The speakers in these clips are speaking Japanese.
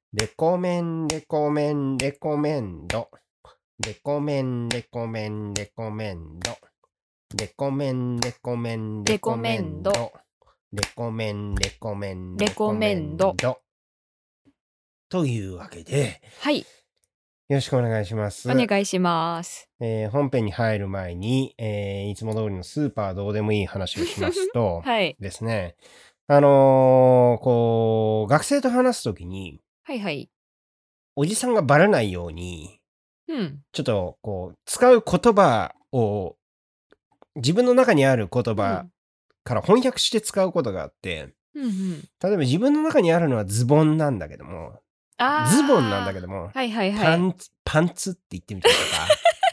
レコメン、レコメン、レコメンド。レコメン、レコメン、レコメンド。レコメン、レコメン、レコメンド。レコメン、レコメン、レコメンド。というわけで、 はい。 よろしくお願いします。 お願いします。 本編に入る前に、いつも通りのスーパーどうでもいい話をしますと、 はい。 ですね、学生と話すときに、 はいはい。 おじさんがバレないように、 うん。 ちょっと使う言葉を自分の中にある言葉から翻訳して使うことがあって、 うんうん。 例えば自分の中にあるのはズボンなんだけども、ズボンなんだけども、 はいはいはい。 パンツって言ってみたりとか。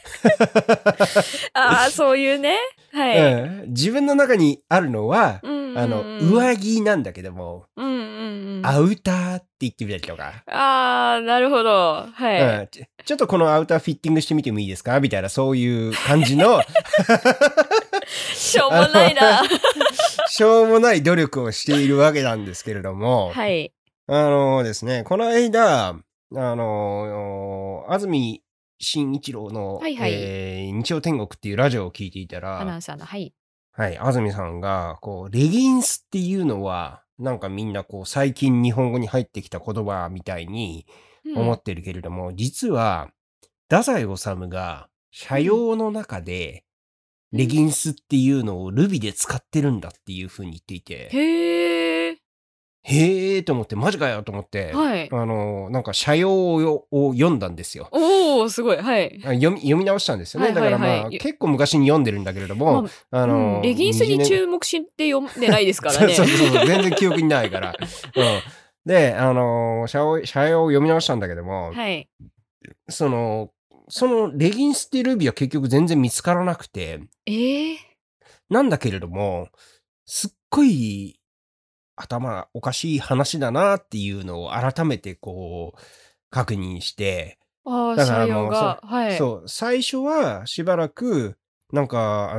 ああ、そういうね。はい。 自分の中にあるのは、上着なんだけども、アウターって言ってみたりとか。 ああ、なるほど。はい。 ちょっとこのアウターフィッティングしてみてもいいですかみたいな、そういう感じのしょうもないな。 しょうもない努力をしているわけなんですけれども、 はい。 ですね、この間、安住紳一郎の、 はいはい。 日曜天国っていうラジオを聞いていたアら、 ナウンサーの、はい。 はい、安住さんが、レギンスっていうのは、なんかみんな最近日本語に入ってきた言葉みたいに思ってるけれども、実は、太宰治が、社用の中で、レギンスっていうのをルビで使ってるんだっていう風に言っていて、へーと思って、マジかよと思って、 はい。 なんか社用を読んだんですよ。 おー、すごい。はい。 読み直したんですよね。だからまあ、結構昔に読んでるんだけれども、 レギンスに注目して読んでないですからね。 そう、全然記憶にないから。で、社用を読み直したんだけども、 はい。 そのレギンスっていうルビーは結局全然見つからなくて、なんだけれども、すっごい頭おかしい話だなっていうのを改めて確認して、だからもうそう、最初はしばらく、なんか、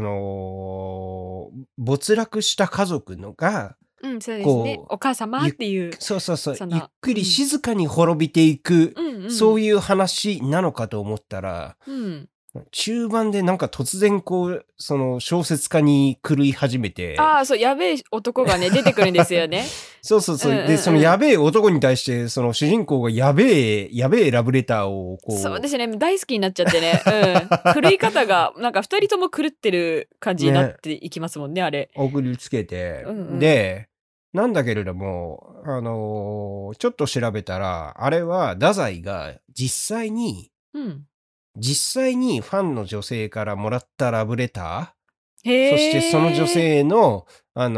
没落した家族のが、 そうですね。お母様っていう。 そう、ゆっくり静かに滅びていく、そういう話なのかと思ったら、中盤でなんか突然その小説家に狂い始めて。 ああ、そう、やべえ男がね、出てくるんですよね。 そう。で、そのやべえ男に対して、その主人公がやべえラブレターをそうですね。大好きになっちゃってね。狂い方が、なんか二人とも狂ってる感じになっていきますもんね、あれ。 送りつけて。で、なんだけれども、ちょっと調べたら、あれは、太宰が実際にファンの女性からもらったラブレター、そしてその女性の、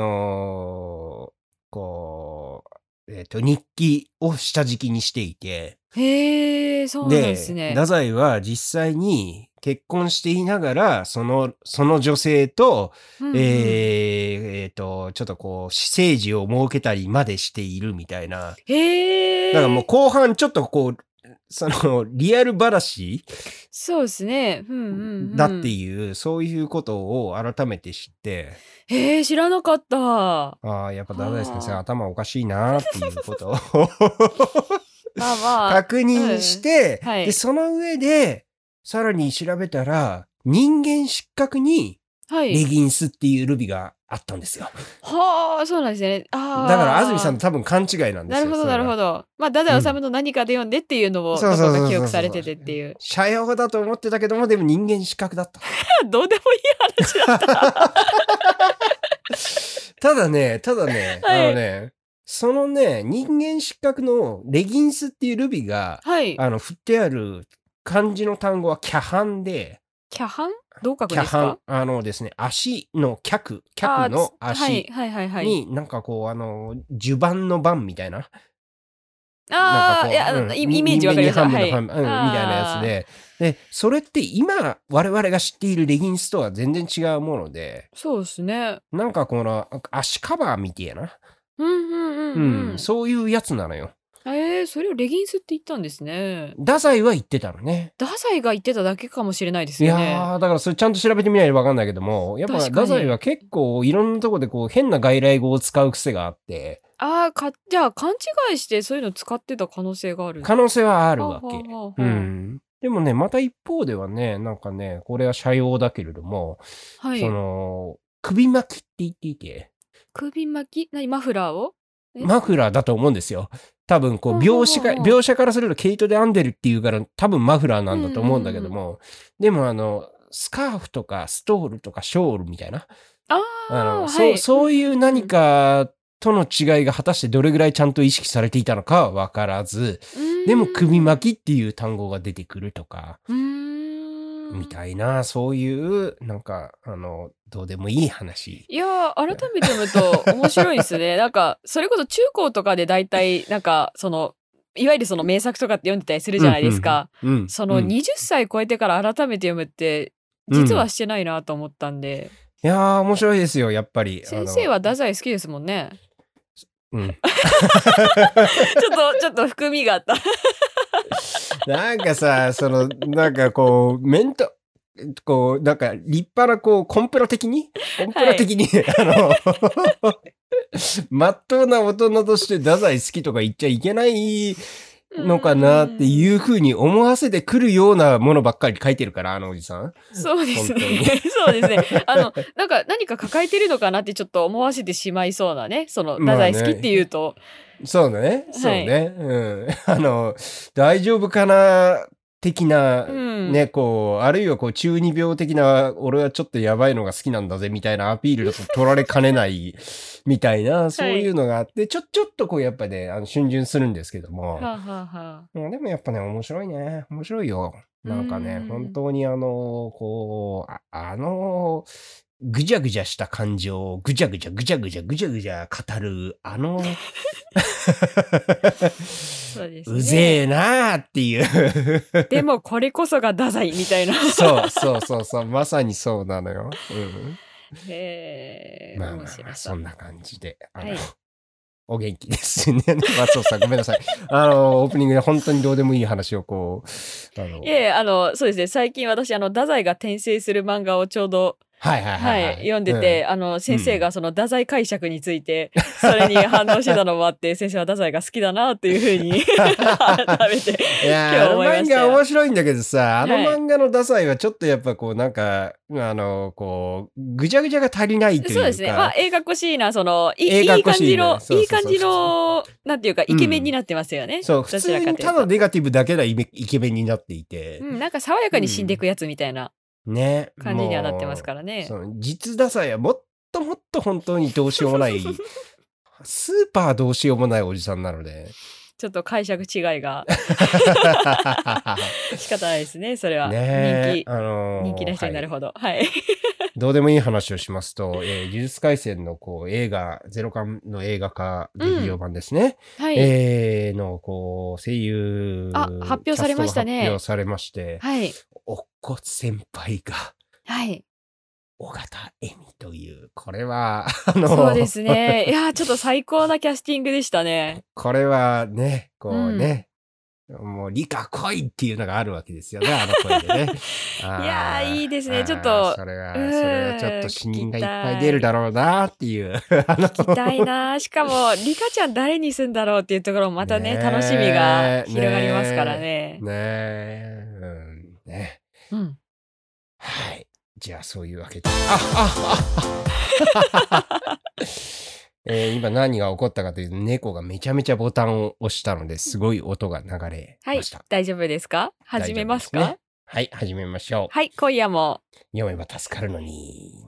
日記を下敷きにしていて、 そうなんですね。 太宰は実際に結婚していながら、その女性と、ちょっと私生児を設けたりまでしているみたいな。だからもう後半ちょっとそのリアル話そうですね。 だっていう、そういうことを改めて知って、 知らなかった。 ああ、やっぱ太宰先生頭おかしいなっていうことを確認して、で、その上で、さらに調べたら、人間失格に、レギンスっていうルビがあったんですよ。 はあ、そうなんですね。 だから安住さん多分勘違いなんですよ。 なるほど。まあ、太宰治の何かで読んでっていうのを、どこか記憶されててっていう。 社用だと思ってたけども、でも人間失格だった。 どうでもいい話だった。 ただね、そのね、人間失格のレギンスっていうルビが、振ってある漢字の単語はキャハンで、 キャハンどう書くんですか？ ですね、足の脚の足に、なんか襦袢の番みたいな。 イメージわかりました。 みたいなやつで。で、それって今、我々が知っているレギンスとは全然違うもので。 そうですね。 なんか足カバーみてえな。そういうやつなのよ。 それをレギンスって言ったんですね。 太宰は言ってたのね。 太宰が言ってただけかもしれないですよね。 いやー、だからそれちゃんと調べてみないとわかんないけども、やっぱ太宰は結構いろんなとこで変な外来語を使う癖があって。 じゃあ勘違いしてそういうの使ってた可能性がある。 可能性はあるわけ。 はあはあはあうん。でもね、また一方ではね、なんかね、これは社用だけれども、 はい。 その、首巻きって言っていて、 首巻き何マフラーをマフラーだと思うんですよ。多分こう描写からすると毛糸で編んでるっていうから多分マフラーなんだと思うんだけども、でもスカーフとかストールとかショールみたいな、そういう何かとの違いが果たしてどれぐらいちゃんと意識されていたのかは分からず、でも首巻きっていう単語が出てくるとか、みたいな、そういうなんかどうでもいい話。 いや改めて読むと面白いですね。なんかそれこそ中高とかでだいたいなんかいわゆるその名作とかって読んでたりするじゃないですか。その20歳超えてから改めて読むって実はしてないなと思ったんで。 いやー面白いですよやっぱり。 先生は太宰好きですもんね。 うん。 ちょっと含みがあった。 なんかさ、なんかこう、なんか立派なこう、コンプラ的に、まっとうな大人として太宰好きとか言っちゃいけないのかなっていう風に思わせてくるようなものばっかり書いてるから、おじさん。 そうですね。そうですね。なんか何か抱えてるのかなってちょっと思わせてしまいそうなね。太宰好きっていうと。 そうね。そうね。大丈夫かな的な、ね、こう、あるいはこう、中二病的な、俺はちょっとやばいのが好きなんだぜ、みたいなアピールだと取られかねない、みたいな、そういうのがあって、ちょっとこう、やっぱね、逡巡するんですけども。でもやっぱね、面白いね。面白いよ。なんかね、本当にこう、ぐじゃぐじゃした感情をぐじゃぐじゃ語るそうですね、 うぜえなーっていうでもこれこそが太宰みたいなそうまさにそうなのよ。まあそんな感じでお元気ですね。松尾さんごめんなさい。オープニングで本当にどうでもいい話をこうそうですね。最近私太宰が転生する漫画をちょうど読んでて、先生がその太宰解釈についてそれに反応してたのもあって先生は太宰が好きだなっていうふうに改めて今日思いました。 漫画面白いんだけどさ、漫画の太宰はちょっとやっぱこうなんかこうぐじゃぐじゃが足りないというか。 そうですね。まあ映画っこしいな、いい感じのなんていうかイケメンになってますよね。 そう普通にただネガティブだけなイケメンになっていて、 なんか爽やかに死んでいくやつみたいな。 ね、 感じにはなってますからね。 実ダサいはもっと本当にどうしようもないスーパーどうしようもないおじさんなのでちょっと解釈違いが仕方ないですねそれは。 ね、 人気な人になるほど、はいどうでもいい話をしますと、呪術廻戦のこう映画ゼロ感の映画化劇場版ですね、のこう声優発表されましたね。 発表されまして、おっこ先輩が尾形恵美というこれはそうですね。いやちょっと最高なキャスティングでしたね。 これはねこうね、もう理科来いっていうのがあるわけですよね声でね。 いやいいですね。ちょっとそれはちょっと死人がいっぱい出るだろうなっていう聞きたいな。しかもリカちゃん誰にするんだろうっていうところもまたね楽しみが広がりますからね。 はい。じゃあそういうわけで今何が起こったかというと猫がめちゃめちゃボタンを押したのですごい音が流れました。 大丈夫ですか？始めますか？ はい、始めましょう。 はい、今夜も読めば助かるのに。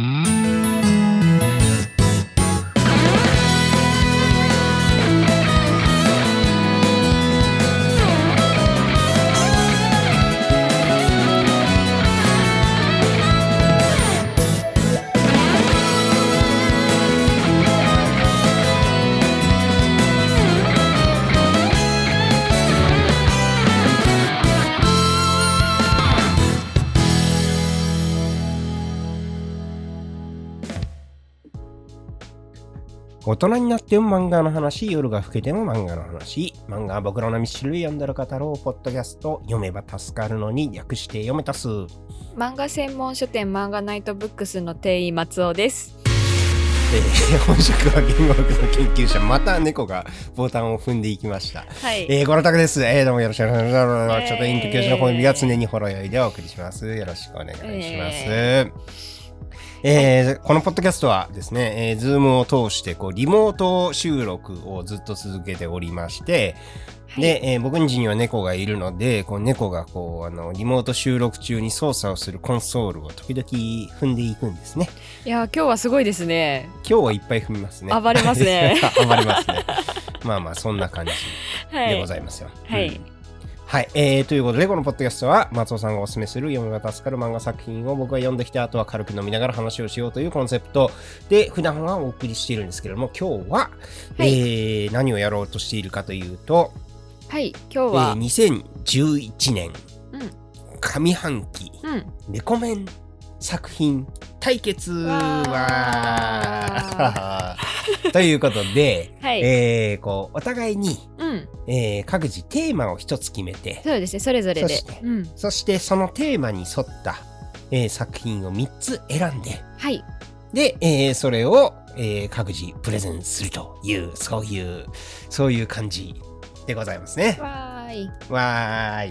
大人になっても漫画の話、夜が更けても漫画の話、漫画は僕らの道種類読んでる方のポッドキャスト、読めば助かるのに略して読めたす。 漫画専門書店漫画ナイトブックスの店員松尾です。 本職は言語学の研究者、また猫がボタンを踏んでいきました。 はい。 ゴロタクです。どうもよろしくお願いします。ちょっとイント教師の本日が常にほろ酔いでお送りします。よろしくお願いします。このポッドキャストはですね、ズームを通してリモート収録をずっと続けておりまして、で、僕ん家には猫がいるので、猫がリモート収録中に操作をするコンソールを時々踏んでいくんですね。 いや、今日はすごいですね。 今日はいっぱい踏みますね。 暴れますね。 暴れますね。まあまあ、そんな感じでございますよ。 はい。 はい、ということでこのポッドキャストは松尾さんがおすすめする読めば助かる漫画作品を僕が読んできた後は軽く飲みながら話をしようというコンセプトで普段はお送りしているんですけれども、今日は、何をやろうとしているかというと、 はい、今日は、 2011年、上半期、レコメン作品対決はということで、はい、お互いに、各自テーマを一つ決めて、 そうですね、それぞれで、 そしてそのテーマに沿った、作品を3つ選んで、 はい、 で、それを、各自プレゼンするというそういう感じでございますね。 わーい。 はい、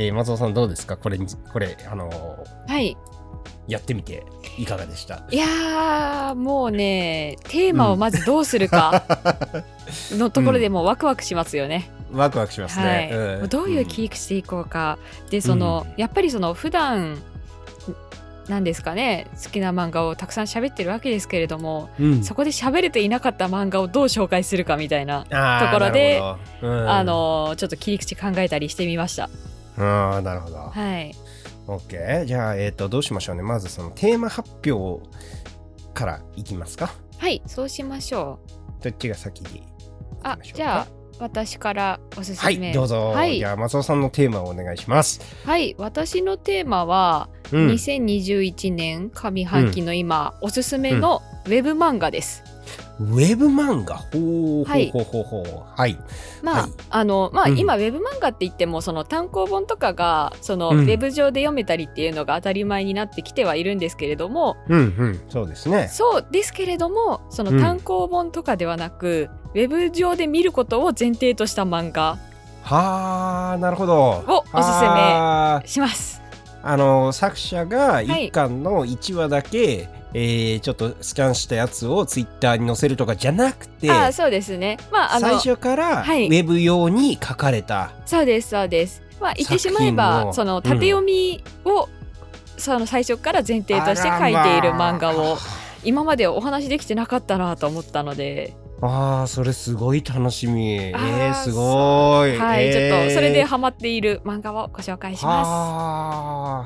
松尾さんどうですか？これはい。 やってみていかがでした？ いやー、もうね、テーマをまずどうするかのところでもうワクワクしますよね。 ワクワクしますね。 はい、どういう切り口でいこうか。で、やっぱり普段なんですかね、好きな漫画をたくさん喋ってるわけですけれども、そこで喋れていなかった漫画をどう紹介するかみたいなところで、ちょっと切り口考えたりしてみました。 なるほど。 はい。 OK。じゃあ、どうしましょうね。まずそのテーマ発表からいきますか。 はい、そうしましょう。どっちが先に？ じゃあ私からおすすめ。 はい、どうぞ。はい、じゃあ松尾さんのテーマをお願いします。 はい、私のテーマは、2021年上半期の今、おすすめのウェブ漫画です。 ウェブ漫画、はい。 まあ、今ウェブ漫画って言っても単行本とかがウェブ上で読めたりっていうのが当たり前になってきてはいるんですけれども、 そうですね。 そうですけれども、単行本とかではなく、ウェブ上で見ることを前提とした漫画なるほどをおすすめします。 作者が1巻の1話だけ、ちょっとスキャンしたやつをツイッターに載せるとかじゃなくて、 そうですね。 最初からウェブ用に書かれた、 そうです。言ってしまえば縦読みを最初から前提として書いている漫画を今までお話できてなかったなと思ったので。 それすごい楽しみ。すごい。 はい、ちょっとそれでハマっている漫画をご紹介します。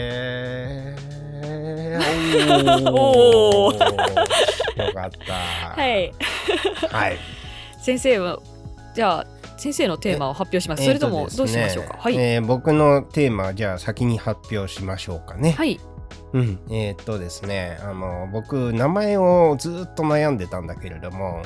おーよかった。 はい。先生はじゃあ先生のテーマを発表します。それともどうしましょうか。 僕のテーマじゃあ先に発表しましょうかね。 はい。 ですね、僕名前をずっと悩んでたんだけれども、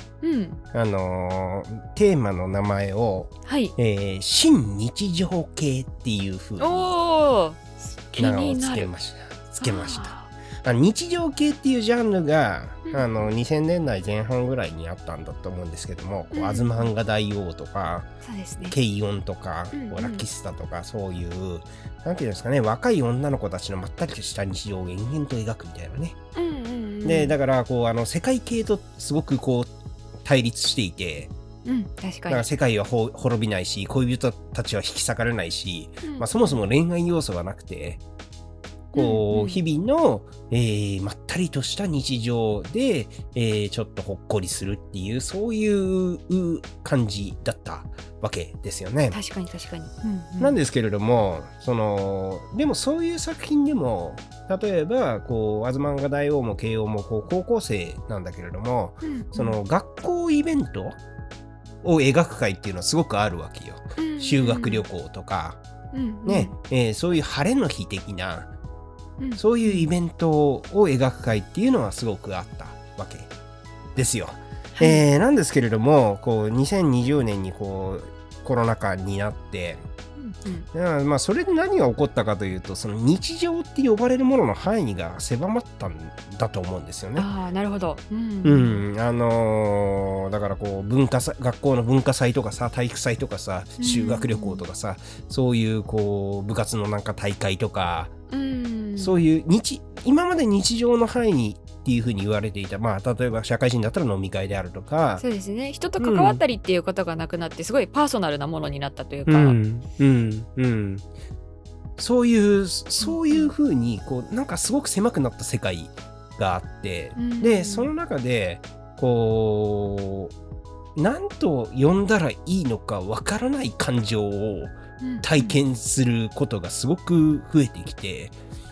テーマの名前を、新日常系っていう風に名をつけました。日常系っていうジャンルが、2000年代前半ぐらいにあったんだと思うんですけども、アズマンガ大王とか、ケイオンとか、ラキスタとか、そういう、なんていうんですかね、若い女の子たちのまったりとした日常を延々と描くみたいなね。で、だから世界系とすごく対立していて、 確かに。 だから世界は滅びないし、恋人たちは引き裂かれないし、そもそも恋愛要素がなくて、日々の、まったりとした日常で、ちょっとほっこりするっていう、そういう感じだったわけですよね。 確かに。 なんですけれども、でもそういう作品でも、例えば、アズマンガ大王も慶応も高校生なんだけれども、学校イベントを描く会っていうのはすごくあるわけよ。修学旅行とか、そういう晴れの日的な、そういうイベントを描く会っていうのはすごくあったわけですよ。なんですけれども2020年にこコロナ禍になって、まあそれで何が起こったかというと、その日常って呼ばれるものの範囲が狭まったんだと思うんですよね。 ああ、なるほど。 だからこう学校の文化祭とかさ、体育祭とかさ、修学旅行とかさ、そういうこう部活のなんか大会とか、そういう今まで日常の範囲っていうふうに言われていた、まあ例えば社会人だったら飲み会であるとか、 そうですね、人と関わったりっていうことがなくなって、すごいパーソナルなものになったというか、 そういうふうにこうなんかすごく狭くなった世界があって、でその中でこう何と呼んだらいいのかわからない感情を体験することがすごく増えてきて、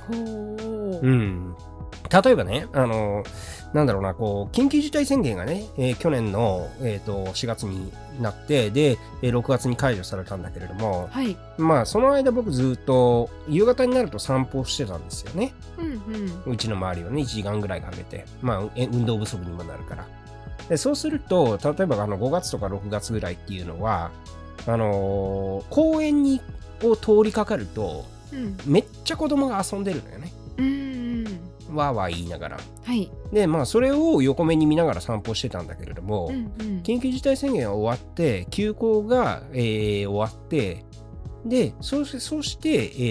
例えばね、なんだろうな、こう緊急事態宣言がね、去年の、4月になって、で、6月に解除されたんだけれども、まあその間僕ずっと夕方になると散歩してたんですよね。うちの周りをね、1時間ぐらいかけて、まあ運動不足にもなるから。でそうすると、例えば5月とか6月ぐらいっていうのは、公園を通りかかると、めっちゃ子供が遊んでるのよね。わーわー言いながら。で、まあそれを横目に見ながら散歩してたんだけれども、緊急事態宣言が終わって、休校が、終わって、で、そうして、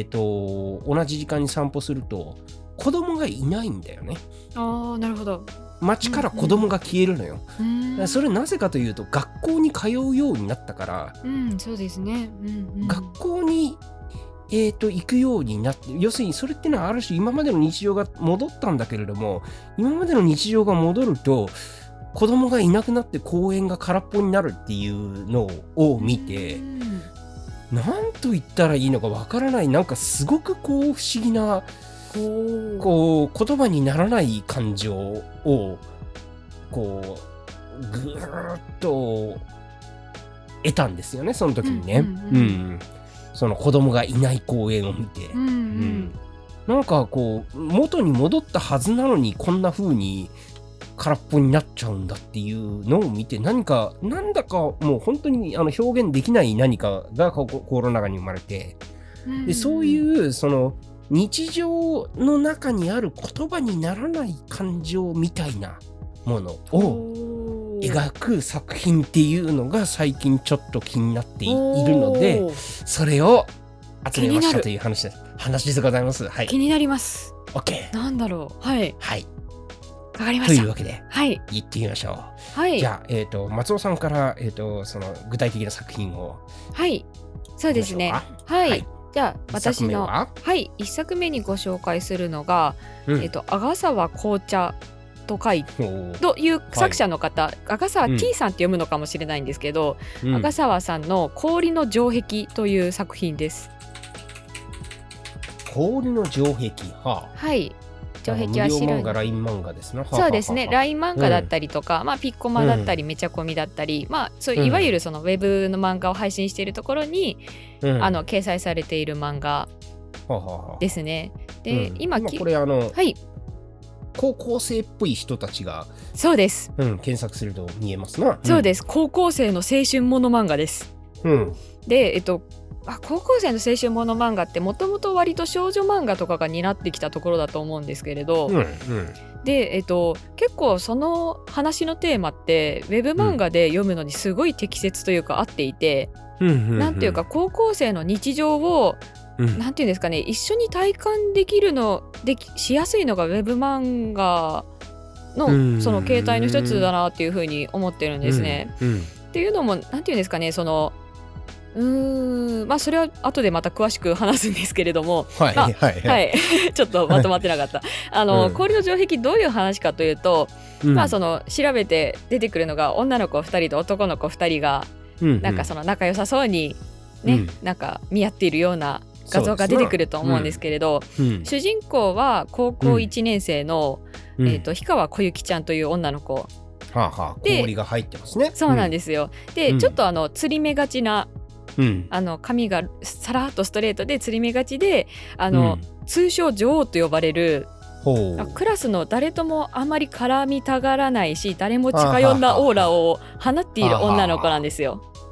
同じ時間に散歩すると、子供がいないんだよね。 ああ、なるほど。 街から子供が消えるのよ。それなぜかというと、学校に通うようになったから、 そうですね。 学校に行くようになって、要するにそれってのはある種今までの日常が戻ったんだけれども、今までの日常が戻ると子供がいなくなって公園が空っぽになるっていうのを見て、なんと言ったらいいのかわからない、なんかすごくこう不思議なこう言葉にならない感情をこうぐーっと得たんですよね、その時にね。その子供がいない公園を見て、なんかこう元に戻ったはずなのにこんな風に空っぽになっちゃうんだっていうのを見て、なんだかもう本当に表現できない何かが心の中に生まれて、でそういうその日常の中にある言葉にならない感情みたいなものを描く作品っていうのが最近ちょっと気になっているので、それを集めましたという話でございます。 気になります。 OK。 なんだろう。はいわかりました。 というわけで、言ってみましょう。じゃあ、松尾さんから、その具体的な作品を。 そうですね。じゃあ私の1作目にご紹介するのが、阿賀沢紅茶という作者の方、阿賀沢 T さんって読むのかもしれないんですけど、阿賀沢さんの氷の城壁という作品です。 氷の城壁、 城壁は白い。 無料漫画、ライン漫画ですね。 そうですね。ライン漫画だったりとか、ピッコマだったり、めちゃコミだったり、そういわゆるそのウェブの漫画を配信しているところに、掲載されている漫画ですね。で、今これ高校生っぽい人たちが、 そうです。 検索すると見えますな。 そうです。高校生の青春もの漫画です。で、高校生の青春もの漫画ってもともと割と少女漫画とかが担ってきたところだと思うんですけれど、で、結構その話のテーマってウェブ漫画で読むのにすごい適切というか合っていて、なんていうか高校生の日常をなんていうんですかね、一緒に体感できるしやすいのがウェブ漫画のその形態の一つだなっていうふうに思ってるんですね。っていうのもなんていうんですかね、そのそれは後でまた詳しく話すんですけれども、ちょっとまとまってなかった氷の城壁どういう話かというと、その調べて出てくるのが女の子2人と男の子2人がなんかその仲良さそうにね、なんか見合っているような画像が出てくると思うんですけれど、主人公は高校1年生の、氷川小雪ちゃんという女の子で、氷が入ってますね。 そうなんですよ。で、ちょっとつり目がちな髪がさらっとストレートでつり目がちで通称女王と呼ばれる、クラスの誰ともあまり絡みたがらないし誰も近寄んだオーラを放っている女の子なんですよ。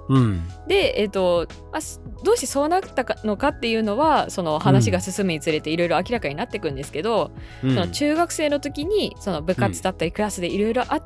で、どうしてそうなったのかっていうのはその話が進むにつれていろいろ明らかになっていくんですけど、その中学生の時にその部活だったりクラスでいろいろあって、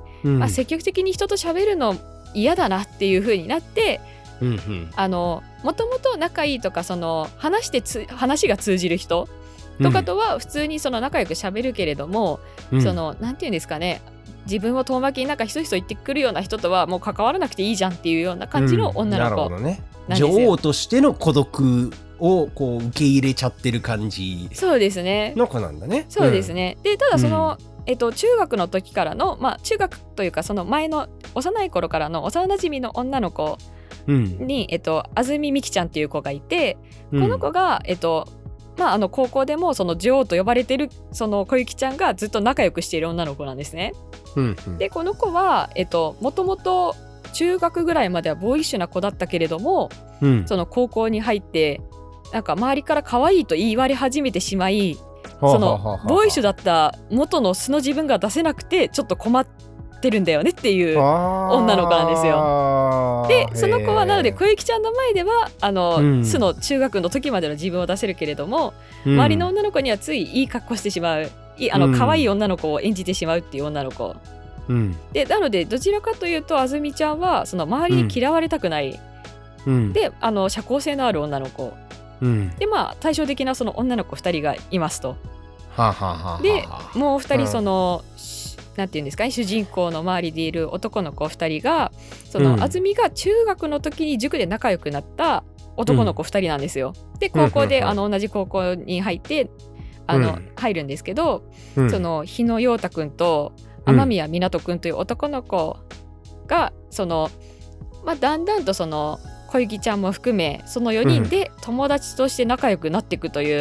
積極的に人と喋るの嫌だなっていう風になって、もともと仲いいとかその話が通じる人とかとは普通にその仲良く喋るけれども、そのなんていうんですかね、自分を遠巻きになんかひそひそ言ってくるような人とはもう関わらなくていいじゃんっていうような感じの女の子なんですよ。 女王としての孤独をこう受け入れちゃってる感じの子なんだね。 そうですね。でただその、中学の時からの、中学というかその前の幼い頃からの幼馴染の女の子に、安住美希ちゃんっていう子がいて、この子が高校でもその女王と呼ばれてるその小雪ちゃんがずっと仲良くしている女の子なんですね。でこの子はもともと中学ぐらいまではボーイッシュな子だったけれども、その高校に入ってなんか周りから可愛いと言われ始めてしまい、そのボーイッシュだった元の素の自分が出せなくてちょっと困ってるんだよねっていう女の子なんですよ。でその子はなので小雪ちゃんの前では素の中学の時までの自分を出せるけれども、周りの女の子にはついいい格好してしまう、可愛い女の子を演じてしまうっていう女の子、でなのでどちらかというと安住ちゃんはその周りに嫌われたくない、で社交性のある女の子、で対照的なその女の子2人がいますと。でもう2人その、なんていうんですかね、主人公の周りでいる男の子2人がその、安住が中学の時に塾で仲良くなった男の子2人なんですよ。で高校で同じ高校に入って入るんですけど、その日野陽太くんと雨宮湊くんという男の子がその、だんだんとその小雪ちゃんも含めその4人で友達として仲良くなっていくという、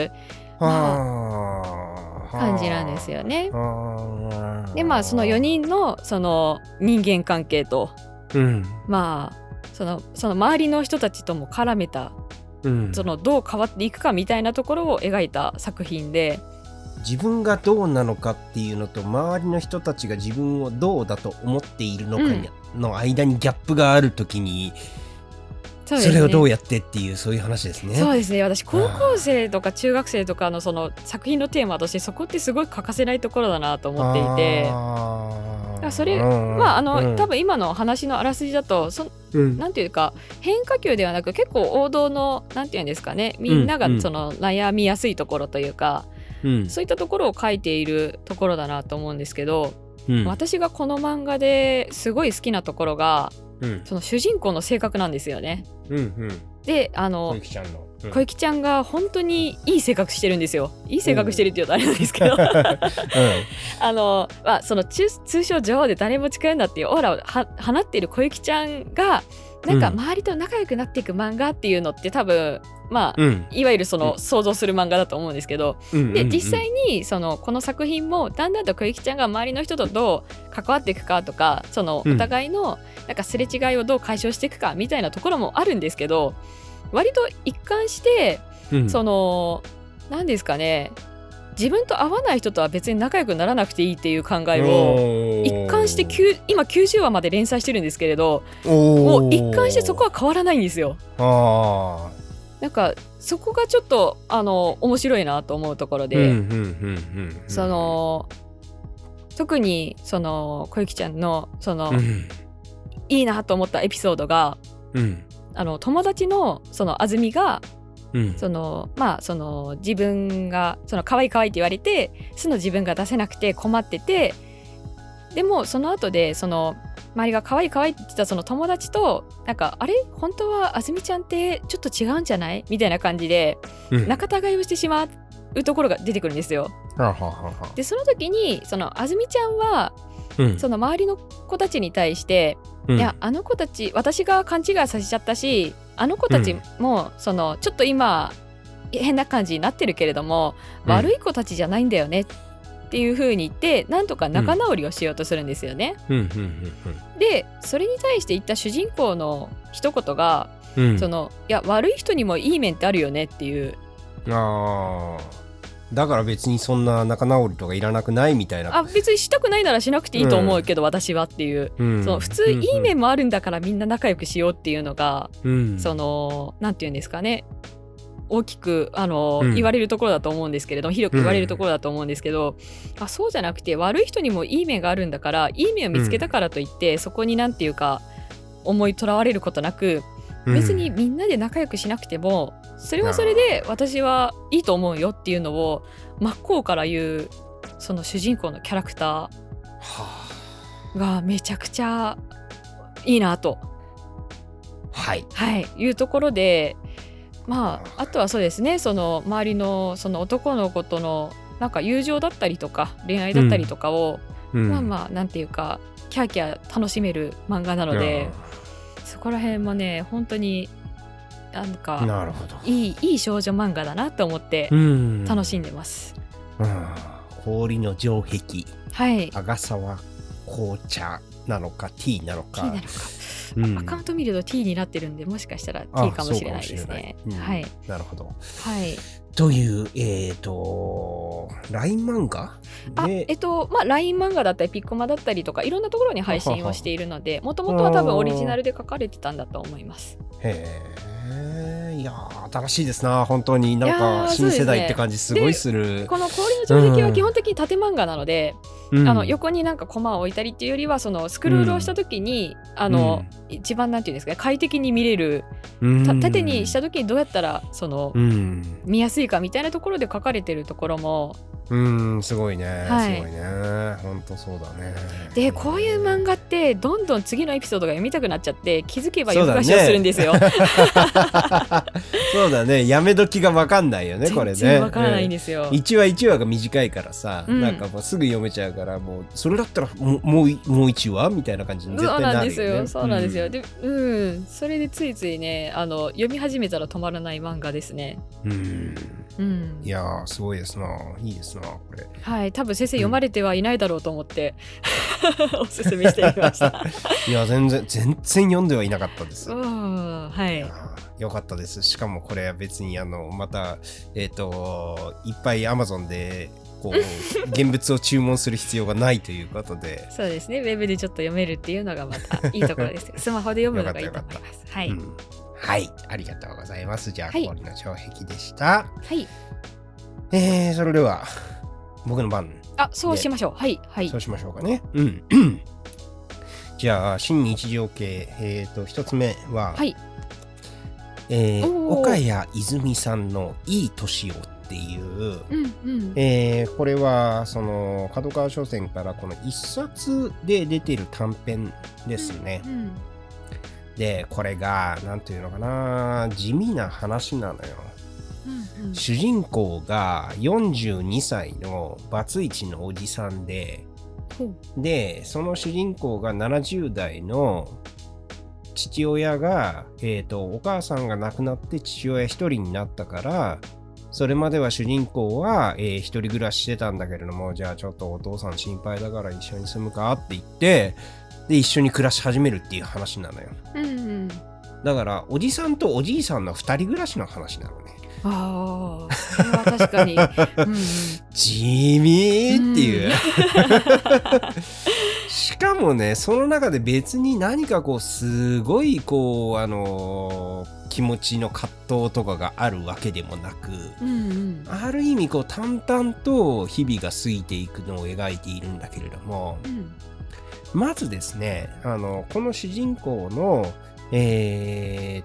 感じなんですよね。でその4人のその人間関係と、その周りの人たちとも絡めた、そのどう変わっていくかみたいなところを描いた作品で、 自分がどうなのかっていうのと周りの人たちが自分をどうだと思っているのかの間にギャップがあるときに、それをどうやってっていうそういう話ですね。 そうですね。私高校生とか中学生とかのその作品のテーマとしてそこってすごい欠かせないところだなと思っていて、それ多分今の話のあらすじだとなんていうか変化球ではなく結構王道のなんていうんですかね、みんながその悩みやすいところというか、そういったところを書いているところだなと思うんですけど、私がこの漫画ですごい好きなところが、その主人公の性格なんですよね。で小雪ちゃんが本当にいい性格してるんですよ。いい性格してるっていうとあれなんですけどその通称女王で誰も近寄るなっていうオーラを放っている小雪ちゃんがなんか周りと仲良くなっていく漫画っていうのって多分いわゆるその想像する漫画だと思うんですけど、で実際にこの作品もだんだんと小雪ちゃんが周りの人とどう関わっていくかとか、そのお互いのなんかすれ違いをどう解消していくかみたいなところもあるんですけど、割と一貫して、その何ですかね、自分と合わない人とは別に仲良くならなくていいっていう考えを一貫して今90話まで連載してるんですけれど、もう一貫してそこは変わらないんですよ。なんかそこがちょっと面白いなと思うところで、その特にその小雪ちゃんのその、いいなと思ったエピソードが、友達のその安住がその自分がその可愛い可愛いって言われて素の自分が出せなくて困ってて、でもその後でその周りが可愛い可愛いって言ってたその友達となんかあれ本当は安住ちゃんってちょっと違うんじゃないみたいな感じで仲違いをしてしまうところが出てくるんですよ。でその時にその安住ちゃんは、その周りの子たちに対して、いやあの子たち私が勘違いさせちゃったし、あの子たちもそのちょっと今変な感じになってるけれども、悪い子たちじゃないんだよねっていう風に言ってなんとか仲直りをしようとするんですよね。でそれに対して言った主人公の一言が、そのいや悪い人にもいい面ってあるよねっていうだから別にそんな仲直りとかいらなくないみたいな。 別にしたくないならしなくていいと思うけど、私はっていう、その普通いい面もあるんだからみんな仲良くしようっていうのが、そのなんていうんですかね、大きく言われるところだと思うんですけれども、広く言われるところだと思うんですけど、そうじゃなくて悪い人にもいい面があるんだから、いい面を見つけたからといって、そこになんていうか思いとらわれることなく、別にみんなで仲良くしなくてもそれはそれで私はいいと思うよっていうのを真っ向から言う、その主人公のキャラクターがめちゃくちゃいいなと、いうところで、あとはそうですね、その周りのその男の子とのなんか友情だったりとか恋愛だったりとかを、なんていうかキャーキャー楽しめる漫画なので、そこら辺もね本当になんかいい少女漫画だなと思って楽しんでます。 氷の城壁、アガサは紅茶なのか T なのか、 アカウント見ると T になってるんで、もしかしたら T かもしれないですね。 なるほど。というLINE 漫画 LINE 漫画だったりピッコマだったりとかいろんなところに配信をしているので、もともとは多分オリジナルで書かれてたんだと思います。 いや新しいですな、本当になんか新世代って感じすごいする。 この氷の城壁は基本的に縦漫画なので、横になんかコマを置いたりっていうよりは、そのスクロールをした時に、一番なんていうんですかね、快適に見れる、縦にした時にどうやったらその、見やすいかみたいなところで書かれてるところもすごいね、すごいね、本当そうだね。 でこういう漫画ってどんどん次のエピソードが読みたくなっちゃって、気づけば夜更かしをするんですよ。 そうだね、やめ時が分かんないよね、これね。 全然分からないんですよ。 1話1話が短いからさ、なんかもうすぐ読めちゃうから、もうそれだったらもう1話みたいな感じに絶対なるよね。 そうなんですよ。で、それでついついね、読み始めたら止まらない漫画ですね。 いやーすごいですな、いいですなこれ。 多分先生読まれてはいないだろうと思って、おすすめしてみました。 いや全然読んではいなかったです。よかったです。しかもこれは別にまたいっぱい Amazon でこう現物を注文する必要がないということでそうですね、ウェブでちょっと読めるっていうのがまたいいところです。スマホで読むのがいいと思います。 はい、ありがとうございます。じゃあ、氷の城壁でした。それでは僕の番。 そうしましょう。 そうしましょうかね。じゃあ新日常系一つ目は、岡谷泉さんのいい年をっていう、これはその角川書店からこの一冊で出てる短編ですね。でこれがなんていうのかな、地味な話なのよ。主人公が42歳のバツイチのおじさんで、その主人公が70代の父親が、お母さんが亡くなって父親一人になったから、それまでは主人公は、一人暮らししてたんだけれども、じゃあちょっとお父さん心配だから一緒に住むかって言って、で一緒に暮らし始めるっていう話なのよ。だからおじさんとおじいさんの2人暮らしの話なのね。 それは確かに地味っていうしかもね、その中で別に何かこうすごいこう気持ちの葛藤とかがあるわけでもなく、ある意味こう淡々と日々が過ぎていくのを描いているんだけれども、まずですね、この主人公のなんて言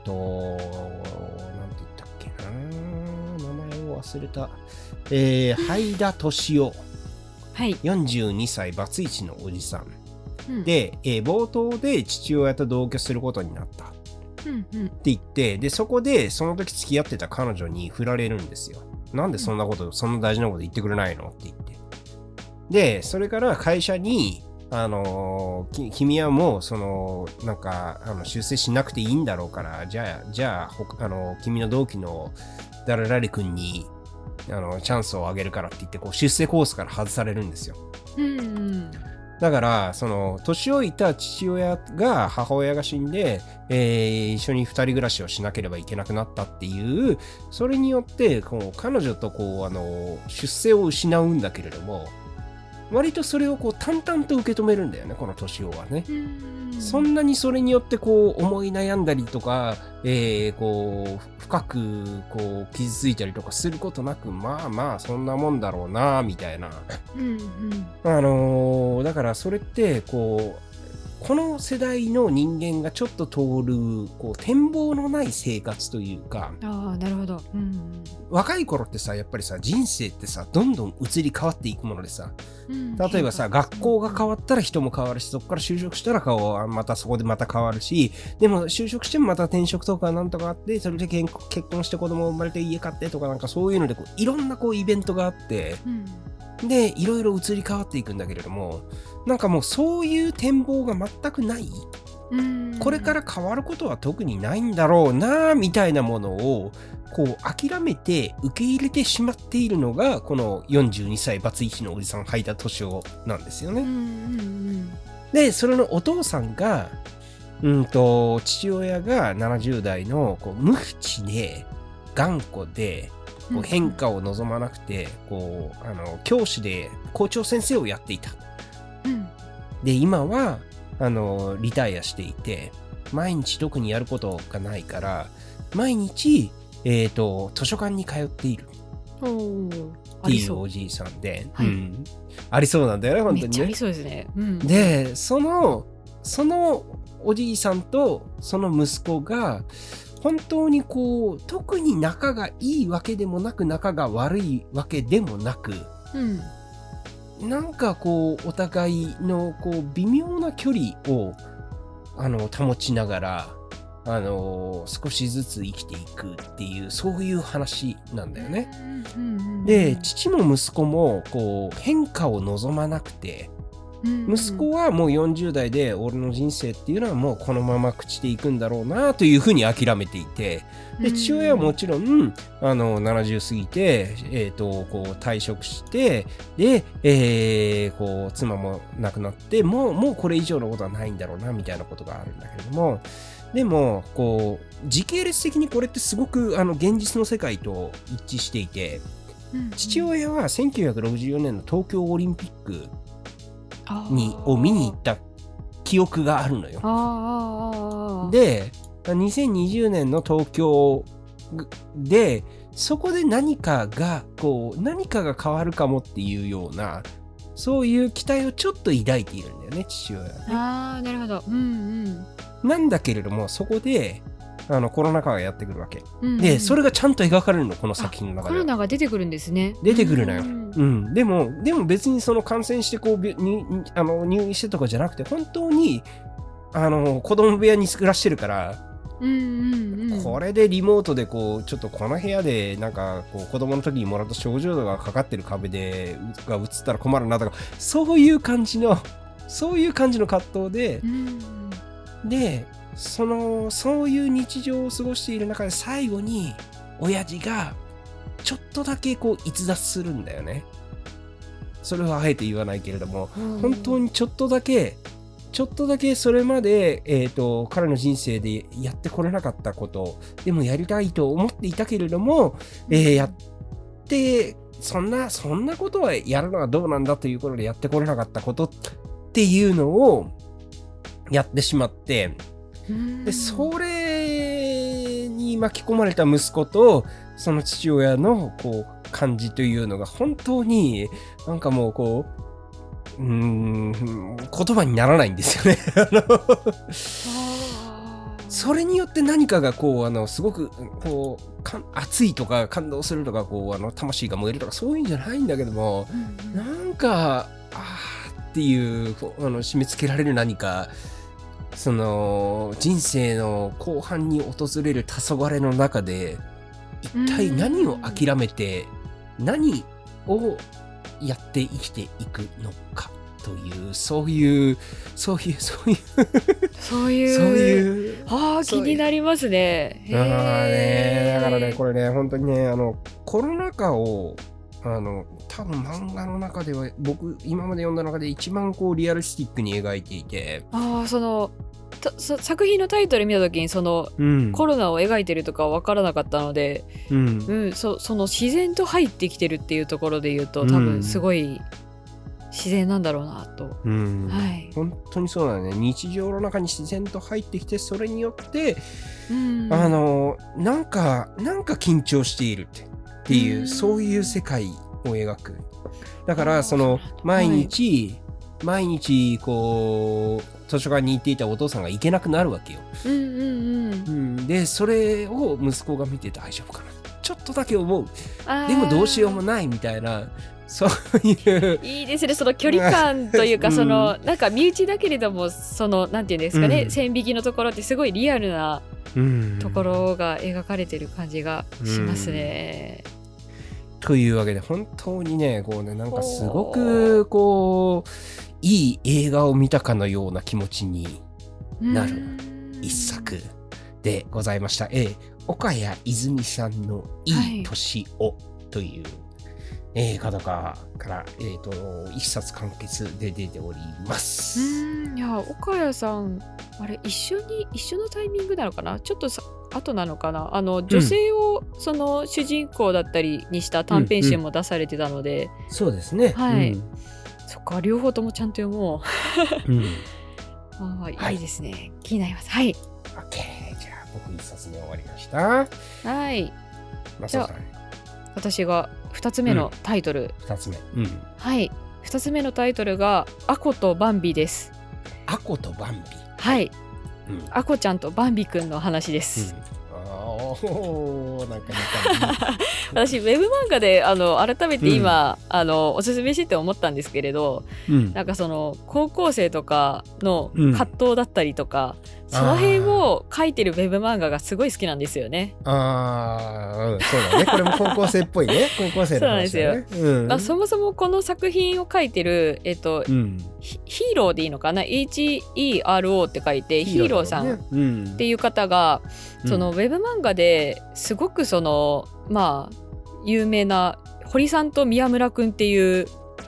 ったっけな、名前を忘れた、灰田敏夫、42歳バツイチのおじさん、で、冒頭で父親と同居することになったって言って、でそこでその時付き合ってた彼女に振られるんですよ。なんでそんなこと、そんな大事なこと言ってくれないのって言って、でそれから会社に君はもうそのなんか出世しなくていいんだろうから、じゃあ君の同期の誰々君にチャンスをあげるからって言ってこう出世コースから外されるんですよ。 だからその年老いた父親が母親が死んで、一緒に2人暮らしをしなければいけなくなったっていう、それによってこう彼女とこう出世を失うんだけれども、割とそれをこう淡々と受け止めるんだよね、この年男はね。そんなにそれによってこう思い悩んだりとか、こう深くこう傷ついたりとかすることなく、まあまあそんなもんだろうなみたいな。だからそれってこうこの世代の人間がちょっと通るこう展望のない生活というか。 ああ、なるほど。 若い頃ってさ、やっぱりさ、人生ってさ、どんどん移り変わっていくものでさ、例えばさ、学校が変わったら人も変わるし、そこから就職したらまたそこでまた変わるし、でも就職してもまた転職とかなんとかあって、それで結婚して子供生まれて家買ってとかなんかそういうのでこういろんなこうイベントがあって、でいろいろ移り変わっていくんだけれども、なんかもうそういう展望が全くない、これから変わることは特にないんだろうなみたいなものをこう諦めて受け入れてしまっているのがこの42歳バツイチのおじさん履いた年男なんですよね。でそれのお父さんが父親が70代のこう無口で頑固でこう変化を望まなくてこう教師で校長先生をやっていた。で今はリタイアしていて毎日特にやることがないから毎日、図書館に通っているっていうおじいさんで、ありそうなんだよね本当にね。 めっちゃありそうですね。 でそのおじいさんとその息子が本当にこう特に仲がいいわけでもなく仲が悪いわけでもなく、なんかこうお互いのこう微妙な距離を保ちながら少しずつ生きていくっていうそういう話なんだよね。で父も息子もこう変化を望まなくて、息子はもう40代で俺の人生っていうのはもうこのまま朽ちていくんだろうなというふうに諦めていて、で父親はもちろん70過ぎて、こう退職してで、こう妻も亡くなってもうこれ以上のことはないんだろうなみたいなことがあるんだけれども、でもこう時系列的にこれってすごく現実の世界と一致していて、父親は1964年の東京オリンピックを見に行った記憶があるのよ。で2020年の東京でそこで何かが変わるかもっていうようなそういう期待をちょっと抱いているんだよね父親はね。 なるほど。 なんだけれどもそこでコロナ禍がやってくるわけ、でそれがちゃんと描かれるのこの作品の中で。 コロナが出てくるんですね。 出てくるのよ。でも別にその感染してこう入院してとかじゃなくて本当に子供部屋に暮らしてるから、これでリモートでこうちょっとこの部屋でなんかこう子供の時にもらった症状がかかってる壁でが映ったら困るなとかそういう感じの葛藤で、でそういう日常を過ごしている中で最後に親父がちょっとだけこう逸脱するんだよね。それはあえて言わないけれども、本当にちょっとだけそれまで、彼の人生でやってこれなかったことでもやりたいと思っていたけれども、やってそんなことはやるのはどうなんだということでやってこれなかったことっていうのをやってしまって、でそれに巻き込まれた息子とその父親のこう感じというのが本当になんかもうこう言葉にならないんですよねそれによって何かがこうすごくこう熱いとか感動するとかこう魂が燃えるとかそういうんじゃないんだけども、なんかっていう締め付けられる何かその人生の後半に訪れる黄昏の中で一体何を諦めて何をやって生きていくのかというそういう気になりますね。 だからねこれね本当にねコロナ禍を多分漫画の中では僕今まで読んだ中で一番こうリアルスティックに描いていて、 作品のタイトル見た時にコロナを描いてるとか分からなかったので、その自然と入ってきてるっていうところで言うと多分すごい自然なんだろうなと、はい、 本当にそうだね。日常の中に自然と入ってきて、それによって、なんか緊張しているっていう、そういう世界を描く。だからその毎日こう図書館に行っていたお父さんが行けなくなるわけよ。でそれを息子が見て大丈夫かな、ちょっとだけ思う、でもどうしようもないみたいな、そういういいですね、その距離感というか、なんか身内だけれどもなんていうんですかね、線引きのところってすごいリアルなところが描かれてる感じがしますね。 というわけで本当にね、こうね、なんかすごくこういい映画を見たかのような気持ちになる一作でございました。岡谷泉さんのいい年をという方から一冊完結で出ております。 いや、岡谷さんあれ一緒のタイミングなのかな、ちょっと後なのかな、女性をその主人公だったりにした短編集も出されてたので、 そうですね、 はい、そっか、両方ともちゃんと読もう。いいですね、気になります。はい、 OK、 じゃあ僕一冊目終わりました。 はい、 じゃあ私が2つ目のタイトル、 2つ目、 はい、2つ目のタイトルがアコとバンビです。 アコとバンビ、 はい、アコちゃんとバンビくんの話です。 なんか私ウェブ漫画で改めて今、おすすめしてて思ったんですけれど、なんかその高校生とかの葛藤だったりとか、その辺を書いてるウェブ漫画がすごい好きなんですよね。 そうだね、これも高校生っぽいね。高校生の話だね。 そうなんですよ。そもそもこの作品を書いてるヒーローでいいのかな、 HERO って書いてヒーローさんっていう方が、そのウェブ漫画ですごくまあ有名な堀さんと宮村くんっていう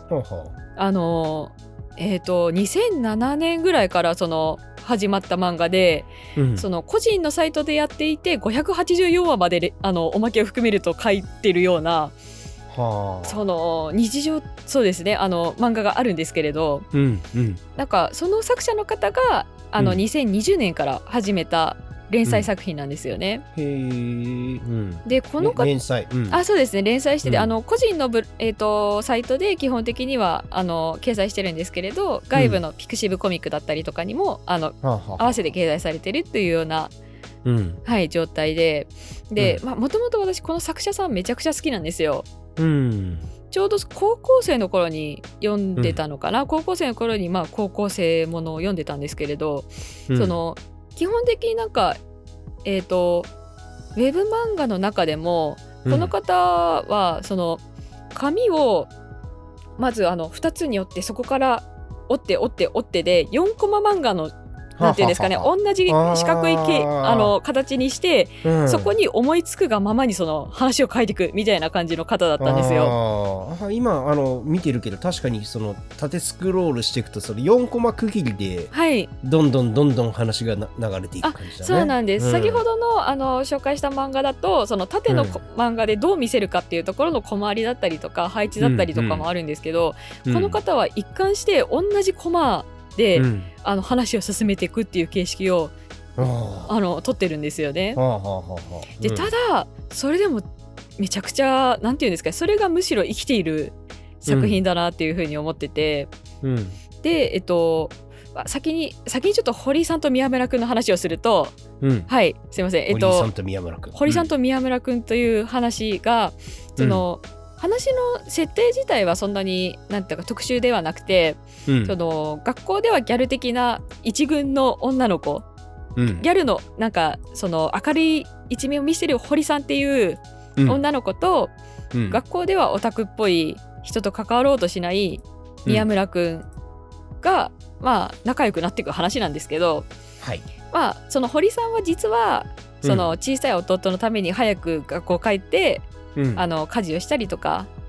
2007年ぐらいから始まった漫画で、その個人のサイトでやっていて584話までおまけを含めると書いてるような、その日常、そうですね、漫画があるんですけれど、なんかその作者の方が2020年から始めた連載作品なんですよね。でこの連載、 そうですね、連載してて、個人のサイトで基本的には掲載してるんですけれど、外部のピクシブコミックだったりとかにも合わせて掲載されてるっていうような、はい、状態で、もともと私この作者さんめちゃくちゃ好きなんですよ。ちょうど高校生の頃に読んでたのかな、高校生の頃に高校生ものを読んでたんですけれど、基本的になんかウェブ漫画の中でもこの方は紙をまず2つに折って、そこから折ってで4コマ漫画のなんていうんですかね、同じ四角い形にして、そこに思いつくがままにその話を書いていくみたいな感じの方だったんですよ。 今見てるけど、確かにその縦スクロールしていくとその4コマ区切りでどんどん話が流れていく感じだね。 そうなんです、先ほどの紹介した漫画だとその縦の漫画でどう見せるかっていうところの小回りだったりとか配置だったりとかもあるんですけど、この方は一貫して同じコマで、話を進めていくっていう形式を取ってるんですよね。でただそれでもめちゃくちゃなんていうんですか、それがむしろ生きている作品だなっていうふうに思ってて、で先にちょっと堀さんと宮村くんの話をすると、はいすいません、 堀さんと宮村くん、 堀さんと宮村くんという話が、話の設定自体はそんなになんていうか特殊ではなくて、学校ではギャル的な一軍の女の子、ギャルのなんか明るい一面を見せる堀さんっていう女の子と、学校ではオタクっぽい人と関わろうとしない宮村くんが、仲良くなっていく話なんですけど、その堀さんは実はその小さい弟のために早く学校帰って、家事をしたりとか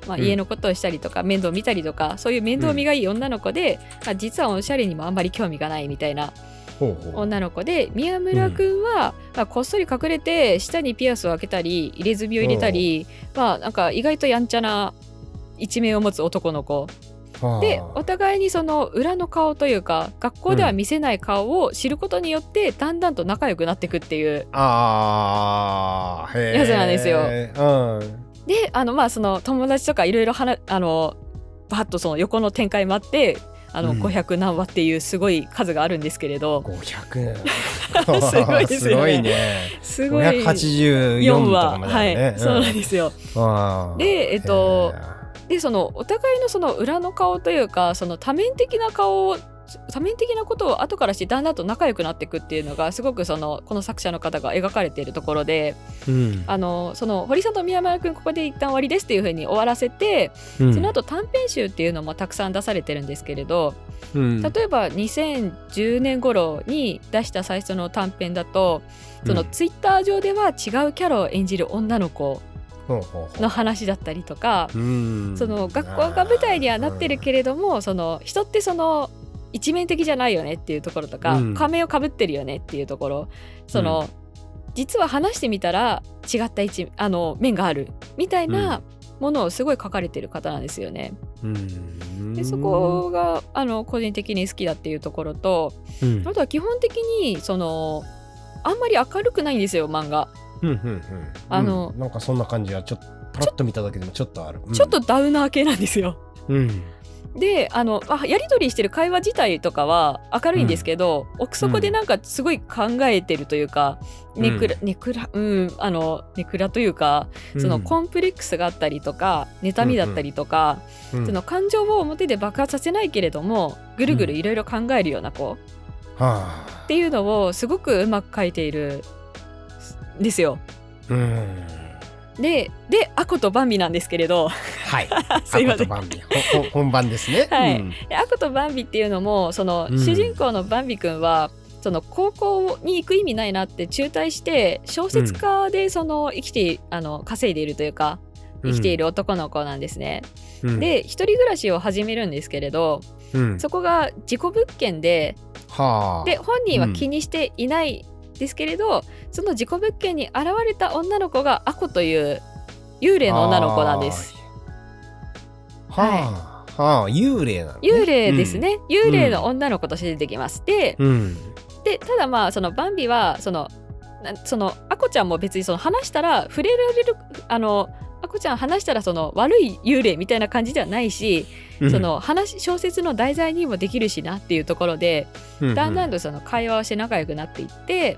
家のことをしたりとか面倒見たりとか、そういう面倒見がいい女の子で、実はおしゃれにもあんまり興味がないみたいな女の子で、宮村くんは、こっそり隠れて舌にピアスを開けたり入れ墨を入れたり、なんか意外とやんちゃな一面を持つ男の子で、お互いにその裏の顔というか学校では見せない顔を知ることによってだんだんと仲良くなっていくっていうやつなんですよ。でその友達とかいろいろバッとその横の展開もあって500何話っていうすごい数があるんですけれど、 500 すごいですよね。すごいね。すごい584話とかまであるね。 はい、そうなんですよ。ででそのお互いのその裏の顔というか、その多面的なことを後からしてだんだんと仲良くなっていくっていうのがすごくこの作者の方が描かれているところで、その堀さんと宮村くんここで一旦終わりですっていう風に終わらせて、その後短編集っていうのもたくさん出されてるんですけれど、例えば2010年頃に出した最初の短編だと、そのツイッター上では違うキャラを演じる女の子の話だったりとか、その学校が舞台にはなってるけれども、その人ってその一面的じゃないよねっていうところとか、仮面をかぶってるよねっていうところ、その実は話してみたら違った面があるみたいなものをすごい書かれてる方なんですよね。でそこが個人的に好きだっていうところと、あとは基本的にあんまり明るくないんですよ、漫画。 なんかそんな感じはちょっとパラッと見ただけでもちょっとある、 ちょっとダウナー系なんですよ。でやり取りしてる会話自体とかは明るいんですけど、奥底でなんかすごい考えてるというか、ネクラというか、そのコンプレックスがあったりとか妬みだったりとか、その感情を表で爆発させないけれどもぐるぐるいろいろ考えるような子、っていうのをすごくうまく書いているんですよ。でアコとバンビなんですけれど、 はいすいません、アコとバンビ本番ですね。 はい、アコとバンビっていうのも、その主人公のバンビ君はその高校に行く意味ないなって中退して小説家で稼いでいるというか生きている男の子なんですね。で一人暮らしを始めるんですけれど、そこが事故物件で、で本人は気にしていないですけれど、その事故物件に現れた女の子がアコという幽霊の女の子なんです。 幽霊なのね。 幽霊ですね、幽霊の女の子として出てきます。でただそのバンビはそのアコちゃんも別に話したら触れられるアコちゃん話したらその悪い幽霊みたいな感じではないし、その小説の題材にもできるしなっていうところで、だんだんとその会話をして仲良くなっていって、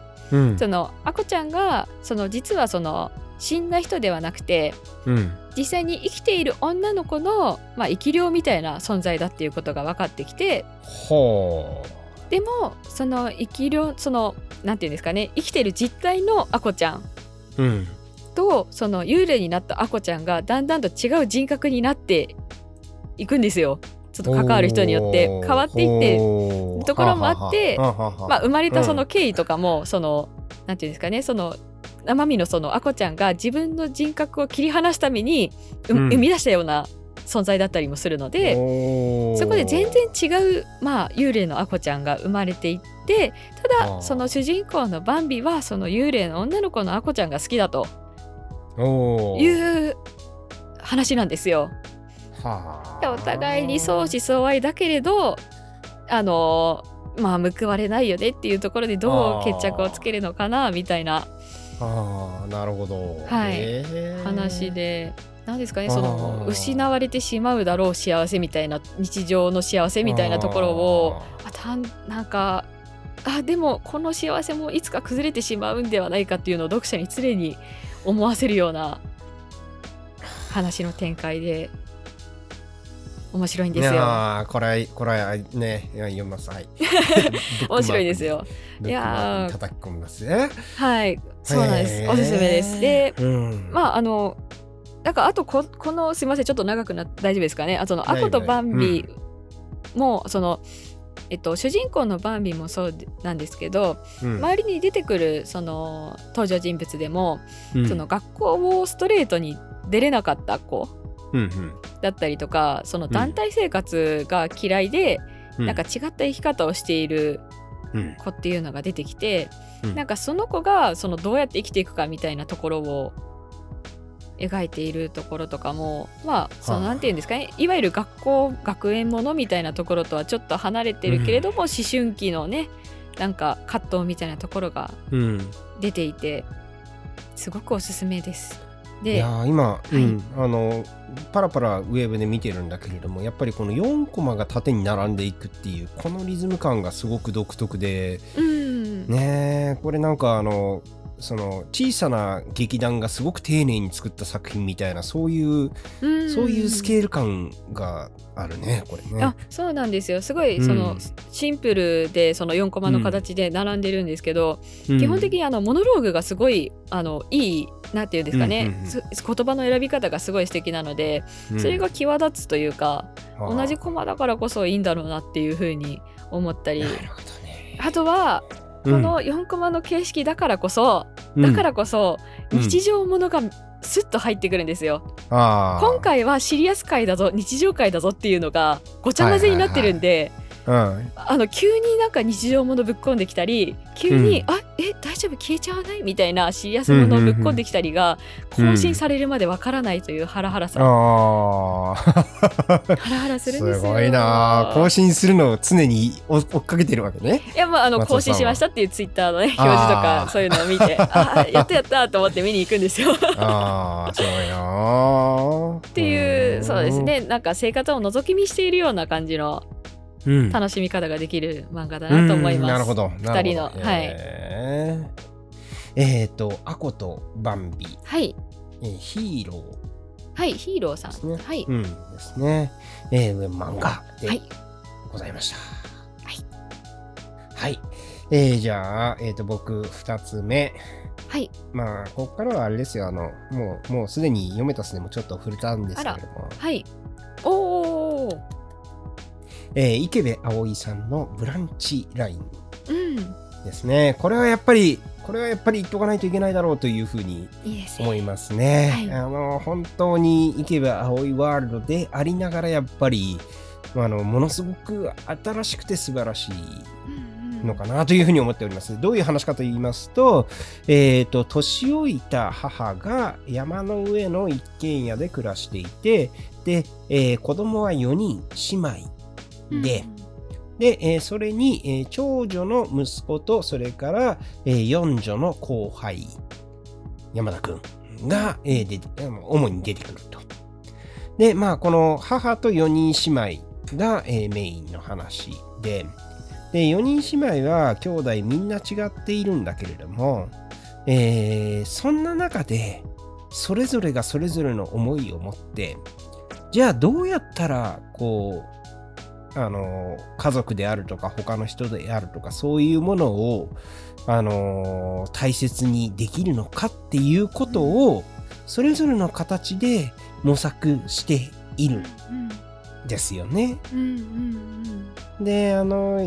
そのアコちゃんが実は死んだ人ではなくて、実際に生きている女の子の、生き量みたいな存在だっていうことが分かってきて、でもその生き量、なんていうんですかね、生きている実態のアコちゃん、とその幽霊になったアコちゃんがだんだんと違う人格になっていくんですよ。ちょっと関わる人によって変わっていってるところもあって、生まれたその経緯とかもなんていうんですかね、生身のアコちゃんが自分の人格を切り離すために生み出したような存在だったりもするので、そこで全然違う、幽霊のアコちゃんが生まれていって、ただその主人公のバンビはその幽霊の女の子のアコちゃんが好きだという話なんですよ。お互いに相思相愛だけれど報われないよねっていうところでどう決着をつけるのかなみたいな、 なるほど、 話で、何ですかね、失われてしまうだろう幸せみたいな、日常の幸せみたいなところをなんかでもこの幸せもいつか崩れてしまうんではないかっていうのを読者に常に思わせるような話の展開で面白いんですよ。 これね、読みます。 面白いですよ。 いや叩き込みますね。 はい、そうなんです。おすすめです。で、なんかあとこのすいません、ちょっと長く大丈夫ですかね。アコとバンビも主人公のバンビもそうなんですけど、周りに出てくる登場人物でも、学校をストレートに出れなかった子だったりとか、その団体生活が嫌いで、なんか違った生き方をしている子っていうのが出てきて、なんかその子がそのどうやって生きていくかみたいなところを描いているところとかも、まあそのなんていうんですかね、いわゆる学園ものみたいなところとはちょっと離れてるけれども、思春期のね、なんか葛藤みたいなところが出ていて、すごくおすすめです。で、 いや今、パラパラウェブで見てるんだけれども、やっぱりこの4コマが縦に並んでいくっていうこのリズム感がすごく独特で、ね、これなんかその小さな劇団がすごく丁寧に作った作品みたいな、そういうスケール感があるね、これね。 あ、そうなんですよ。すごいそのシンプルでその4コマの形で並んでるんですけど、基本的にモノローグがすごいいい、なんていうんですかね、言葉の選び方がすごい素敵なので、それが際立つというか、同じコマだからこそいいんだろうなっていうふうに思ったり、あとはこの4コマの形式だからこそ、日常ものがスッと入ってくるんですよ。今回はシリアス回だぞ、日常回だぞっていうのがごちゃ混ぜになってるんで、急になんか日常ものぶっ込んできたり、急に、大丈夫消えちゃわないみたいなシリアスものをぶっ込んできたりが更新されるまでわからないというハラハラさ、ハラハラするんですよ。 すごいな、更新するのを常に追っかけてるわけね。 いや、まあ更新しましたっていうツイッターのね表示とかそういうのを見て、やったやったと思って見に行くんですよ。すごいなっていう、そうですね、なんか生活を覗き見しているような感じの楽しみ方ができる漫画だなと思います。 なるほど。 2人の、 アコとバンビ、ヒーロー、ヒーローさんですね。 ですね。漫画でございました。じゃあ僕2つ目。まあここからはあれですよ、もうすでに読めたすでもちょっと触れたんですけれども。池部葵さんのブランチラインですね。これはやっぱり言っとかないといけないだろうというふうに思いますね。本当に池部葵ワールドでありながら、やっぱりものすごく新しくて素晴らしいのかなというふうに思っております。どういう話かと言いますと、年老いた母が山の上の一軒家で暮らしていて、で、子供は4人姉妹で、それに、長女の息子と、それから、四女の後輩山田くんが、主に出てくると。で、まあこの母と4人姉妹が、メインの話で、4人姉妹は兄弟みんな違っているんだけれども、そんな中でそれぞれがそれぞれの思いを持って、じゃあどうやったらこう家族であるとか他の人であるとか、そういうものを大切にできるのかっていうことをそれぞれの形で模索しているんですよね。で、この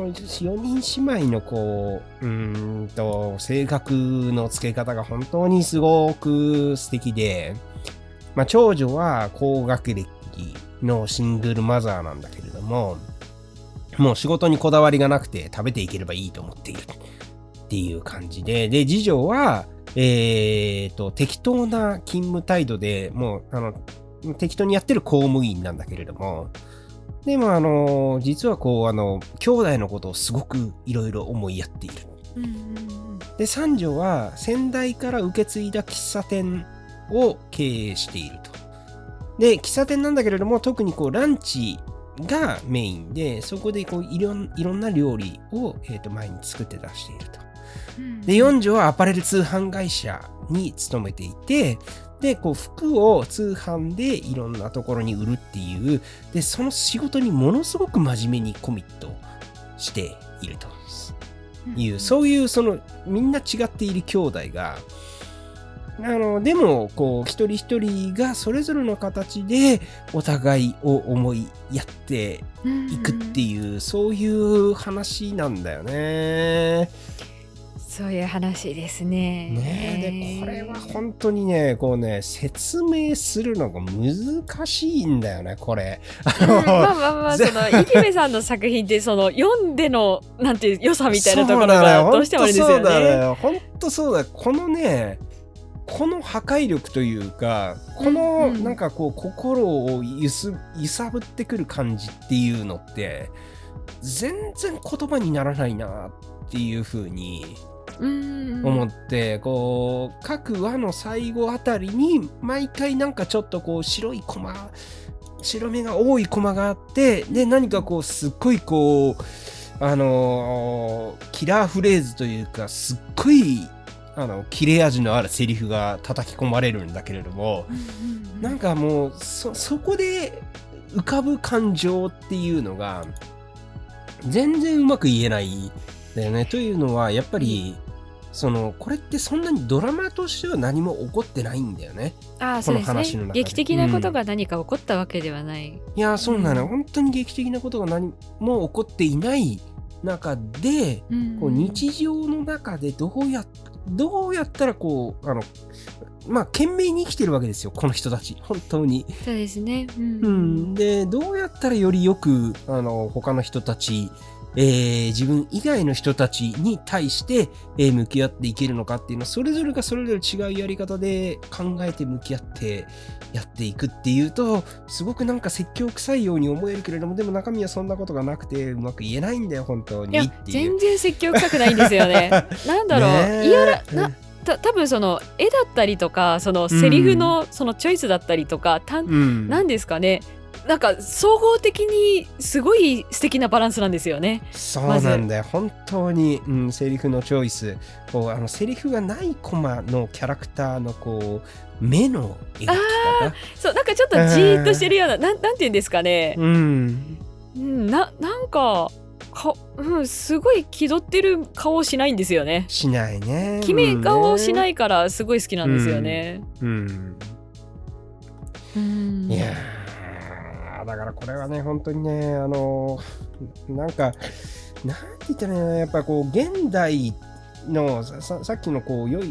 4人姉妹のこう性格の付け方が本当にすごく素敵で、まあ、長女は高学歴のシングルマザーなんだけれども、もう仕事にこだわりがなくて食べていければいいと思っているっていう感じで、次女は適当な勤務態度で、もう適当にやってる公務員なんだけれども、でも実はこう兄弟のことをすごくいろいろ思いやっている。で、三女は先代から受け継いだ喫茶店を経営していると。で、喫茶店なんだけれども、特にこうランチがメインで、そこでこういろんな料理を、毎日作って出していると。で、四女はアパレル通販会社に勤めていて、で、こう服を通販でいろんなところに売るっていう、で、その仕事にものすごく真面目にコミットしているという、そういうそのみんな違っている兄弟が、でもこう一人一人がそれぞれの形でお互いを思いやっていくっていう、そういう話なんだよね。 そういう話ですね。 でこれは本当にねこうね説明するのが難しいんだよねこれ。 まあその池部さんの作品ってその読んでのなんていう良さみたいなところがどうしてもあれですよね。 本当そうだよ。このねこの破壊力というかこのなんかこう心を揺さぶってくる感じっていうのって全然言葉にならないなっていう風に思ってこう各話の最後あたりに毎回なんかちょっとこう白目が多いコマがあってで何かこうすっごいこうキラーフレーズというかすっごい切れ味のあるセリフが叩き込まれるんだけれども、なんかもうそこで浮かぶ感情っていうのが全然うまく言えないんだよね。というのはやっぱりこれってそんなにドラマとしては何も起こってないんだよね。 この話の中で劇的なことが何か起こったわけではない。 いやそうなの、本当に劇的なことが何も起こっていない中で、こう日常の中でどうやったらこう懸命に生きてるわけですよこの人たち本当に。 そうですね。 でどうやったらよりよく他の人たち、自分以外の人たちに対して、向き合っていけるのかっていうのはそれぞれがそれぞれ違うやり方で考えて向き合ってやっていくっていうとすごくなんか説教臭いように思えるけれどもでも中身はそんなことがなくてうまく言えないんだよ本当に。 いや全然説教臭くないんですよね。なんだろう多分その絵だったりとかそのセリフのそのチョイスだったりとかなんですかねなんか総合的にすごい素敵なバランスなんですよね。 そうなんだよ、本当に、セリフのチョイスこうセリフがないコマのキャラクターのこう目の描き方そうなんかちょっとじーっとしてるようななんていうんですかね、なんかすごい気取ってる顔をしないんですよね。 しないね。 決め顔をしないからすごい好きなんですよね。 いやだからこれはね本当にねなんかなんて言ったらいいのやっぱこう現代のさっきのこう良い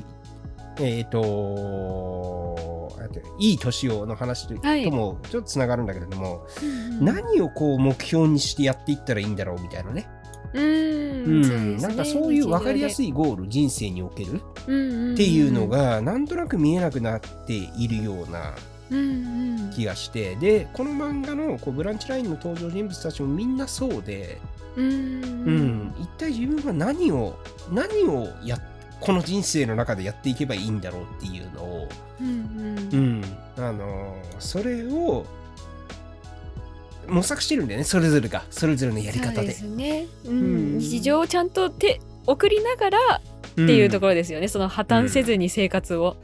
いい年をの話ともちょっとつながるんだけれども、何をこう目標にしてやっていったらいいんだろうみたいなね。なんかそういう分かりやすいゴール人生におけるっていうのがなんとなく見えなくなっているような気がして、でこの漫画のこうブランチラインの登場人物たちもみんなそうで、一体自分は何をこの人生の中でやっていけばいいんだろうっていうのを、それを模索してるんだよねそれぞれのやり方で。そうですね。日常をちゃんと送りながらっていうところですよね。その破綻せずに生活を。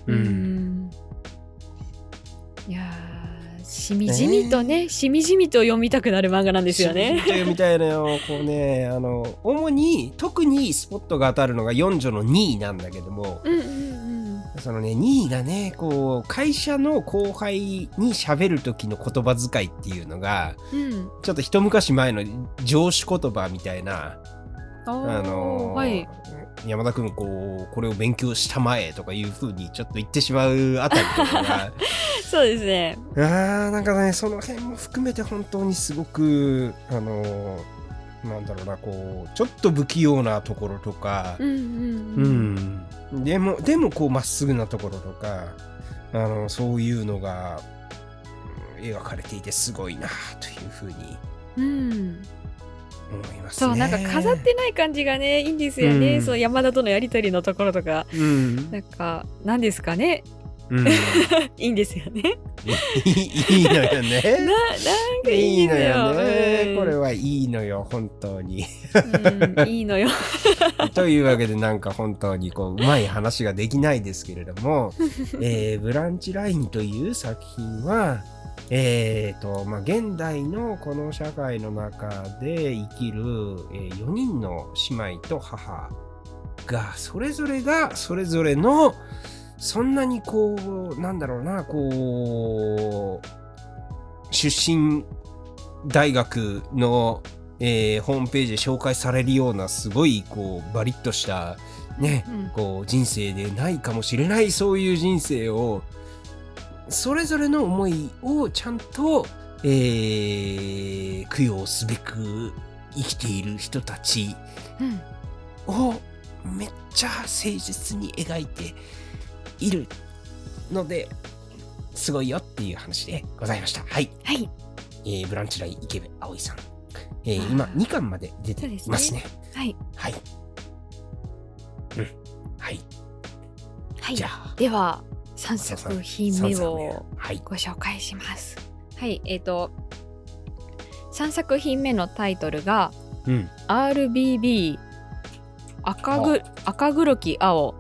いやしみじみとね、しみじみと読みたくなる漫画なんですよね。 読みたいのよ。こうね、特にスポットが当たるのが四女の2位なんだけども、そのね2位がね、こう会社の後輩に喋る時の言葉遣いっていうのが、ちょっと一昔前の上司言葉みたいな、山田君これを勉強したまえとかいう風にちょっと言ってしまうあたりとかがそうですね。 なんかねその辺も含めて本当にすごくなんだろうな、こうちょっと不器用なところとか、でもこうまっすぐなところとかそういうのが描かれていてすごいなという風に思いますね。 そうなんか飾ってない感じがねいいんですよね。そう山田とのやりとりのところとか、なんか何ですかね。いいんですよね。 いいのよね。 なんかいいのよね。これはいいのよ本当に。 いいのよ。 というわけでなんか本当にこううまい話ができないですけれども、ブランチラインという作品は現代のこの社会の中で生きる、4人の姉妹と母がそれぞれのそんなにこうなんだろうな、こう出身大学の、ホームページで紹介されるようなすごいこうバリッとした、 ね、こう人生でないかもしれないそういう人生をそれぞれの思いをちゃんと、供養すべく生きている人たちをめっちゃ誠実に描いているのですごいよっていう話でございました。はい。 はい。 ブランチライ池部葵さん。今2巻まで出ていますね。 はい。 はい。はい。 はい。じゃあでは3作品目をご紹介します。はい。3作品目のタイトルが、RBB 赤黒き青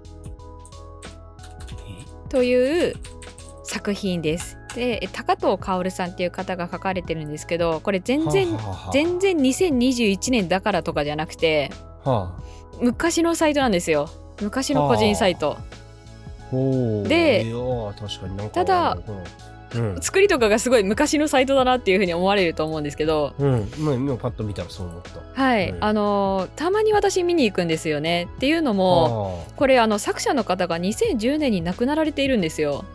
という作品です。で高藤薫さんっていう方が書かれてるんですけど、これ全然2021年だからとかじゃなくて、昔のサイトなんですよ。昔の個人サイトで、 確かになんかただ、作りとかがすごい昔のサイトだなっていうふうに思われると思うんですけど、 今パッと見たらそう思った。 はい、たまに私見に行くんですよね。っていうのも、これ作者の方が2010年に亡くなられているんですよ。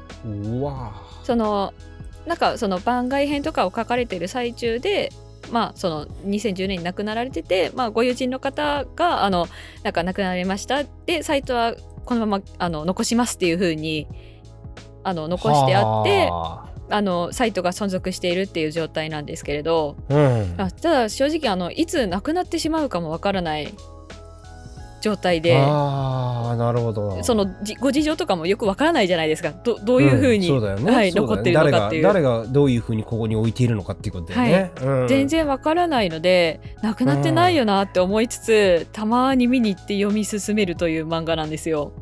なんかその番外編とかを書かれている最中で、その2010年に亡くなられてて、ご友人の方がなんか亡くなられましたで、サイトはこのまま残しますっていう風に残してあって、サイトが存続しているっていう状態なんですけれど、ただ正直いつなくなってしまうかもわからない状態で、 なるほど。 そのご事情とかもよくわからないじゃないですか。どういうふうに、残っているのかっていう、 誰がどういうふうにここに置いているのかっていうことだよね。 全然わからないので、なくなってないよなって思いつつ、たまに見に行って読み進めるという漫画なんですよ。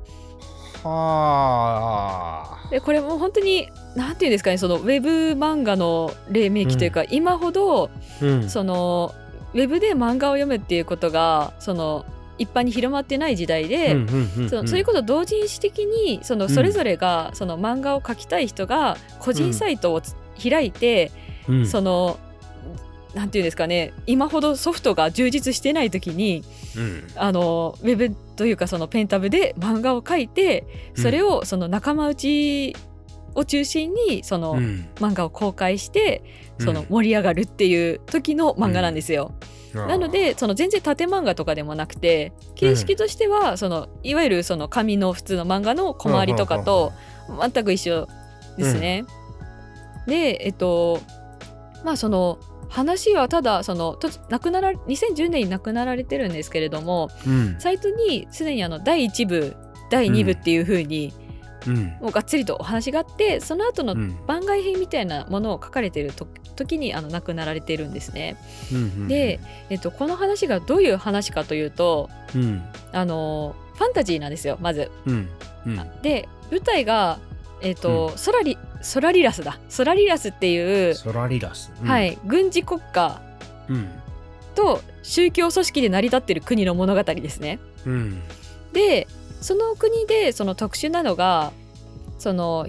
でこれも本当になんていうんですかね、そのウェブ漫画の黎明期というか、今ほど、そのウェブで漫画を読むっていうことがその一般に広まってない時代で、そういうことを同人誌的にそれぞれがその漫画を描きたい人が個人サイトを開いて、そのなんていうんですかね、今ほどソフトが充実してない時に、ウェブというかそのペンタブで漫画を描いて、それをその仲間内を中心にその漫画を公開して、その盛り上がるっていう時の漫画なんですよ。なのでその全然縦漫画とかでもなくて、形式としてはそのいわゆるその紙の普通の漫画の小回りとかと全く一緒ですね。でその話はただその2010年に亡くなられてるんですけれども、サイトにすでに第1部第2部っていう風に、もうがっつりとお話があって、その後の番外編みたいなものを書かれている時に亡くなられているんですね。で、この話がどういう話かというと、ファンタジーなんですよまず。で舞台がソラリラスっていう軍事国家と宗教組織で成り立っている国の物語ですね。でその国でその特殊なのがその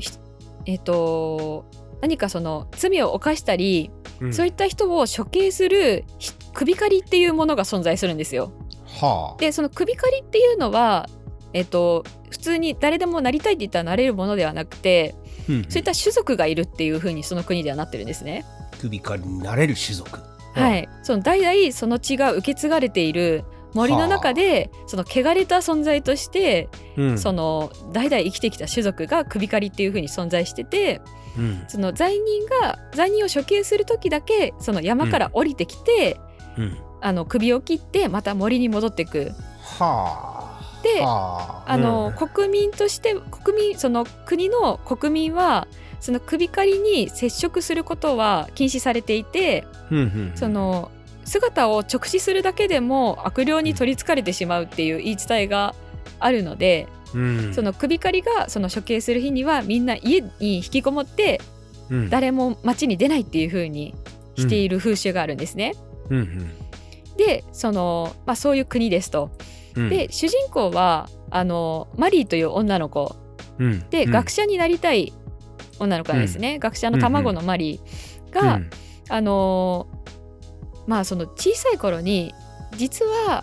何かその罪を犯したり、そういった人を処刑する首狩りっていうものが存在するんですよ。でその首狩りっていうのは普通に誰でもなりたいって言ったらなれるものではなくて、そういった種族がいるっていう風にその国ではなってるんですね。 首狩りになれる種族、 その代々その血が受け継がれている森の中で、その汚れた存在として、その代々生きてきた種族が首狩りっていう風に存在してて、その罪人を処刑する時だけその山から降りてきて、首を切ってまた森に戻っていく。で国民としてその国の国民はその首狩りに接触することは禁止されていて、その姿を直視するだけでも悪霊に取りつかれてしまうっていう言い伝えがあるので、その首狩りがその処刑する日にはみんな家に引きこもって、誰も街に出ないっていう風にしている風習があるんですね。でそういう国ですと。で主人公はマリーという女の子、で学者になりたい女の子なんですね。学者の卵のマリーが、その小さい頃に実は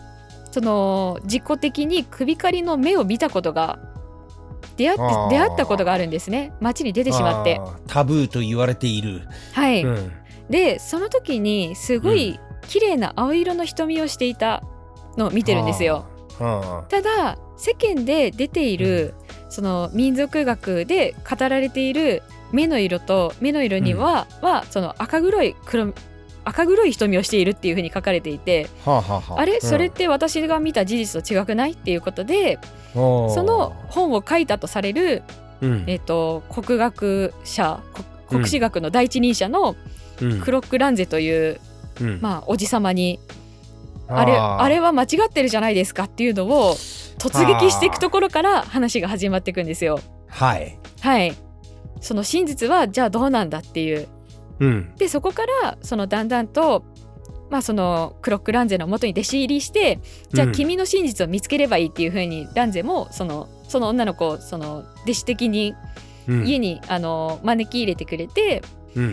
その自己的に首刈りの目を見たことが出会ったことがあるんですね。街に出てしまって。 タブーと言われている。 はい、でその時にすごい綺麗な青色の瞳をしていたのを見てるんですよ。ただ世間で出ている、その民族学で語られている目の色には、その赤黒い瞳をしているっていう風に書かれていて、あれそれって私が見た事実と違くないっていうことで、その本を書いたとされる、国学者国史学の第一人者のクロック・ランゼという、おじさまにあれは間違ってるじゃないですかっていうのを突撃していくところから話が始まっていくんですよ。はい、その真実はじゃあどうなんだっていう、でそこからそのだんだんと、そのクロック・ランゼの元に弟子入りして、じゃあ君の真実を見つければいいっていう風にランゼもその女の子をその弟子的に家に、招き入れてくれて、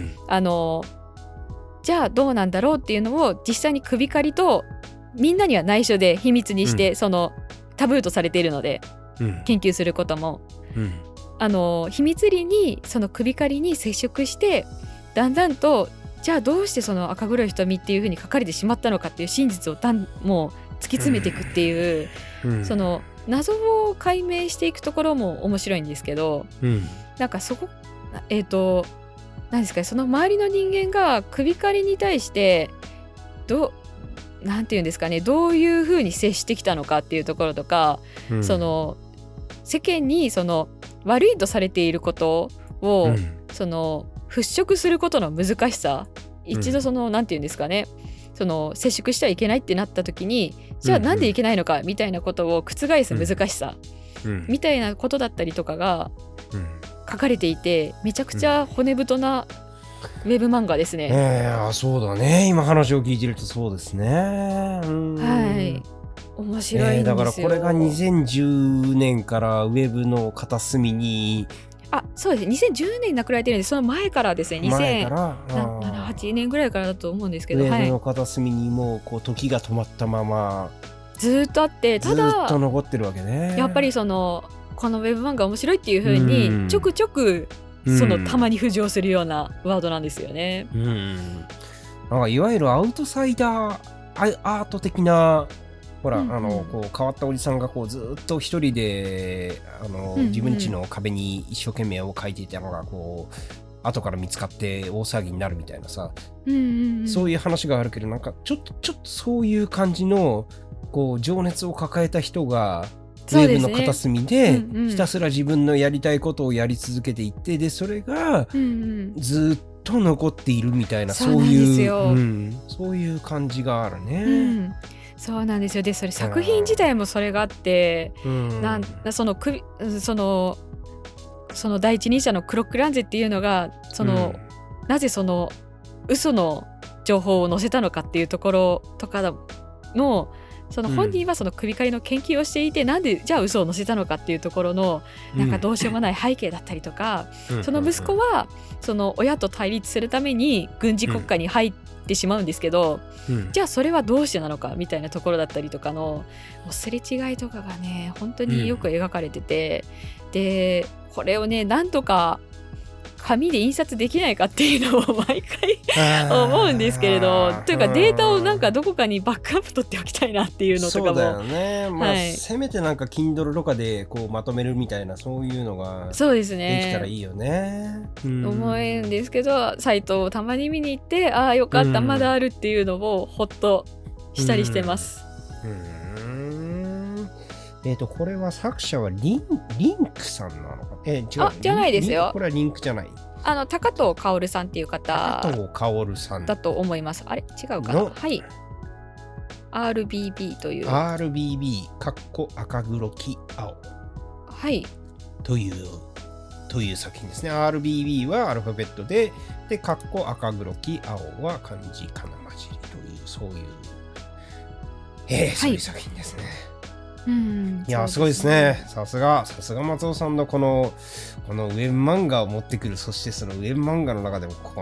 じゃあどうなんだろうっていうのを実際に首刈りとみんなには内緒で秘密にして、そのタブーとされているので、研究することも、秘密裏にその首刈りに接触してだんだんとじゃあどうしてその赤黒い瞳っていう風に書かれてしまったのかっていう真実をもう突き詰めていくっていう、その謎を解明していくところも面白いんですけど、なんかそこ何ですかね、その周りの人間が首刈りに対してなんていうんですかね、どういう風に接してきたのかっていうところとか、その世間にその悪いとされていることを、その払拭することの難しさ、一度そのなんていうんですかね、その接触してはいけないってなった時に、じゃあなんでいけないのかみたいなことを覆す難しさ、みたいなことだったりとかが書かれていて、めちゃくちゃ骨太なウェブ漫画ですね。 そうだね、今話を聞いてるとそうですね。はい、 面白いんですよ。 だからこれが2010年からウェブの片隅に、 そうですね、2010年に亡くなられてるんで、その前からですね、2007-8年ぐらいからだと思うんですけど、 ウェブの片隅にもうこう時が止まったままずっとあって、ただずっと残ってるわけね。 やっぱりこのウェブ漫画面白いっていう風にちょくちょくたまに浮上するようなワードなんですよね。 なんかいわゆるアウトサイダーアート的な、ほら、こう変わったおじさんがこうずっと一人で自分家の壁に一生懸命絵を描いていたのがこう後から見つかって大騒ぎになるみたいなさ、そういう話があるけど、なんかちょっとそういう感じのこう情熱を抱えた人がウェブの片隅でひたすら自分のやりたいことをやり続けていって、でそれがずっと残っているみたいな、そういう感じがあるね。 そうなんですよ。でそれ作品自体もそれがあって、その第一人者のクロック・ランゼっていうのがなぜその嘘の情報を載せたのかっていうところとかの、その本人はその首刈りの研究をしていて、なんでじゃあ嘘を載せたのかっていうところのなんかどうしようもない背景だったりとか、その息子はその親と対立するために軍事国家に入ってしまうんですけど、じゃあそれはどうしてなのかみたいなところだったりとかのもうすれ違いとかがね、本当によく描かれてて、でこれをねなんとか紙で印刷できないかっていうのを毎回思うんですけれど、というかデータをなんかどこかにバックアップ取っておきたいなっていうのとかも。 そうだよね、せめてなんか Kindle とかでこうまとめるみたいな、そういうのがそうですね、 できたらいいよね。 思えるんですけど、サイトをたまに見に行って、ああよかった、まだあるっていうのをほっとしたりしてます。 これは作者はリンクさんなのか。違う、 じゃないですよ。 これはリンクじゃない。 高藤薫さんっていう方だと思います。あれ違うかな。はい。RBB という。 RBB かっこ赤黒き青。 はい。 という作品ですね。RBB はアルファベットで、かっこ赤黒き青は漢字かなまじりという、そういう、そういう作品ですね。 いや、すごいですね。さすが松尾さんのこのウェブ漫画を持ってくる。そしてそのウェブ漫画の中でもこ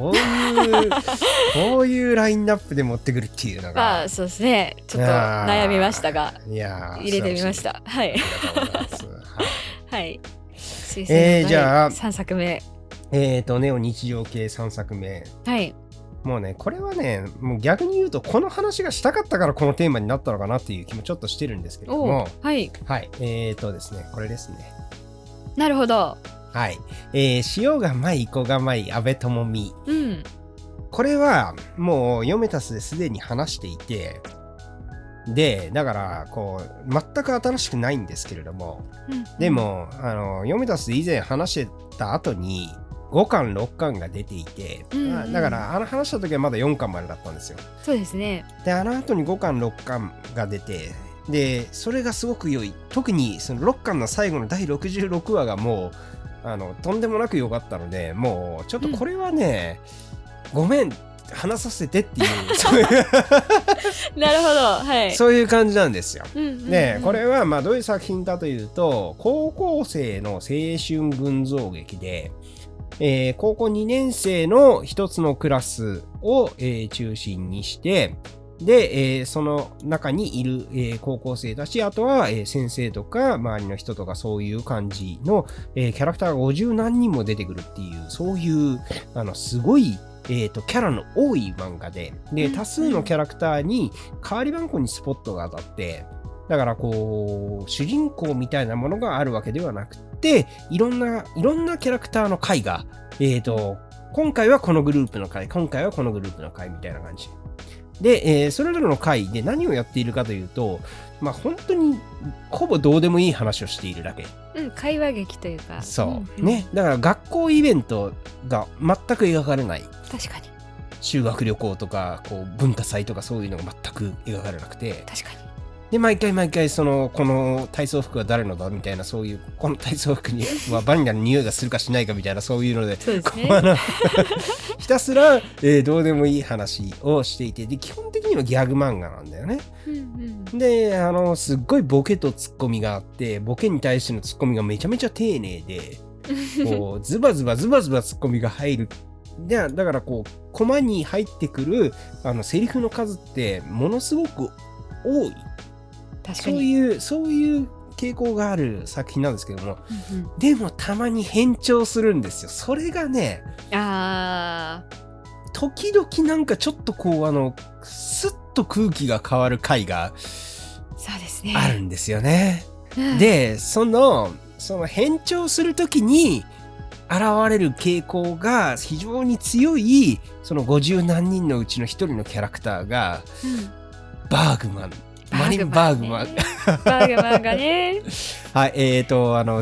ういうラインナップで持ってくるっていうのが、 そうですね。ちょっと悩みましたが、 いや入れてみました。はい。 ありがとうございます。 はい。水星のじゃあ 3作目。 ネオ日常系3作目。 はい。 もうね、これはね、もう逆に言うと、この話がしたかったからこのテーマになったのかなっていう気もちょっとしてるんですけれども。 はい。 はい。ですね、これですね。 なるほど。 はい。塩が舞、子が舞、安倍智美。これは、もう、ヨメタスですでに話していて、で、だから、全く新しくないんですけれども、でも、ヨメタスで以前話してた後に、5巻6巻が出ていて、だから話した時はまだ4巻までだったんですよ。 そうですね。 で後に5巻6巻が出て、でそれがすごく良い。特にその6巻の最後の第66話がもうとんでもなく良かったので、もうちょっとこれはね、ごめん話させてっていうなるほど、はい、 そういう感じなんですよ。でこれはどういう作品かというと、高校生の青春群像劇で、高校2年生の一つのクラスを、中心にして、で、その中にいる、高校生たち、あとは、先生とか周りの人とかそういう感じの、キャラクターが50何人も出てくるっていう、そういうすごい、キャラの多い漫画で、多数のキャラクターに代わり番号にスポットが当たって、だから主人公みたいなものがあるわけではなくて、いろんなキャラクターの回が、今回はこのグループの回、今回はこのグループの回みたいな感じで、それぞれの回で何をやっているかというと、本当にほぼどうでもいい話をしているだけ。 会話劇というか。 そう、ね。だから学校イベントが全く描かれない。 確かに。 修学旅行とか文化祭とかそういうのが全く描かれなくて。 確かに。 で、毎回この体操服は誰のだみたいな、そういう、この体操服にはバニラの匂いがするかしないかみたいな、そういうので、 そうですね、 ひたすら、どうでもいい話をしていて、で、基本的にはギャグ漫画なんだよね。で、すっごいボケとツッコミがあって、ボケに対してのツッコミがめちゃめちゃ丁寧で、ズバズバツッコミが入る。だからコマに入ってくる、セリフの数ってものすごく多い。 確かにそういう傾向がある作品なんですけども、でもたまに変調するんですよ。それがね、時々なんかちょっとスッと空気が変わる回があるんですよね。で、その変調するときに現れる傾向が非常に強い、その50何人のうちの一人のキャラクターが、バーグマン。マリン・バーグマン。 バーグマンがね。 はい、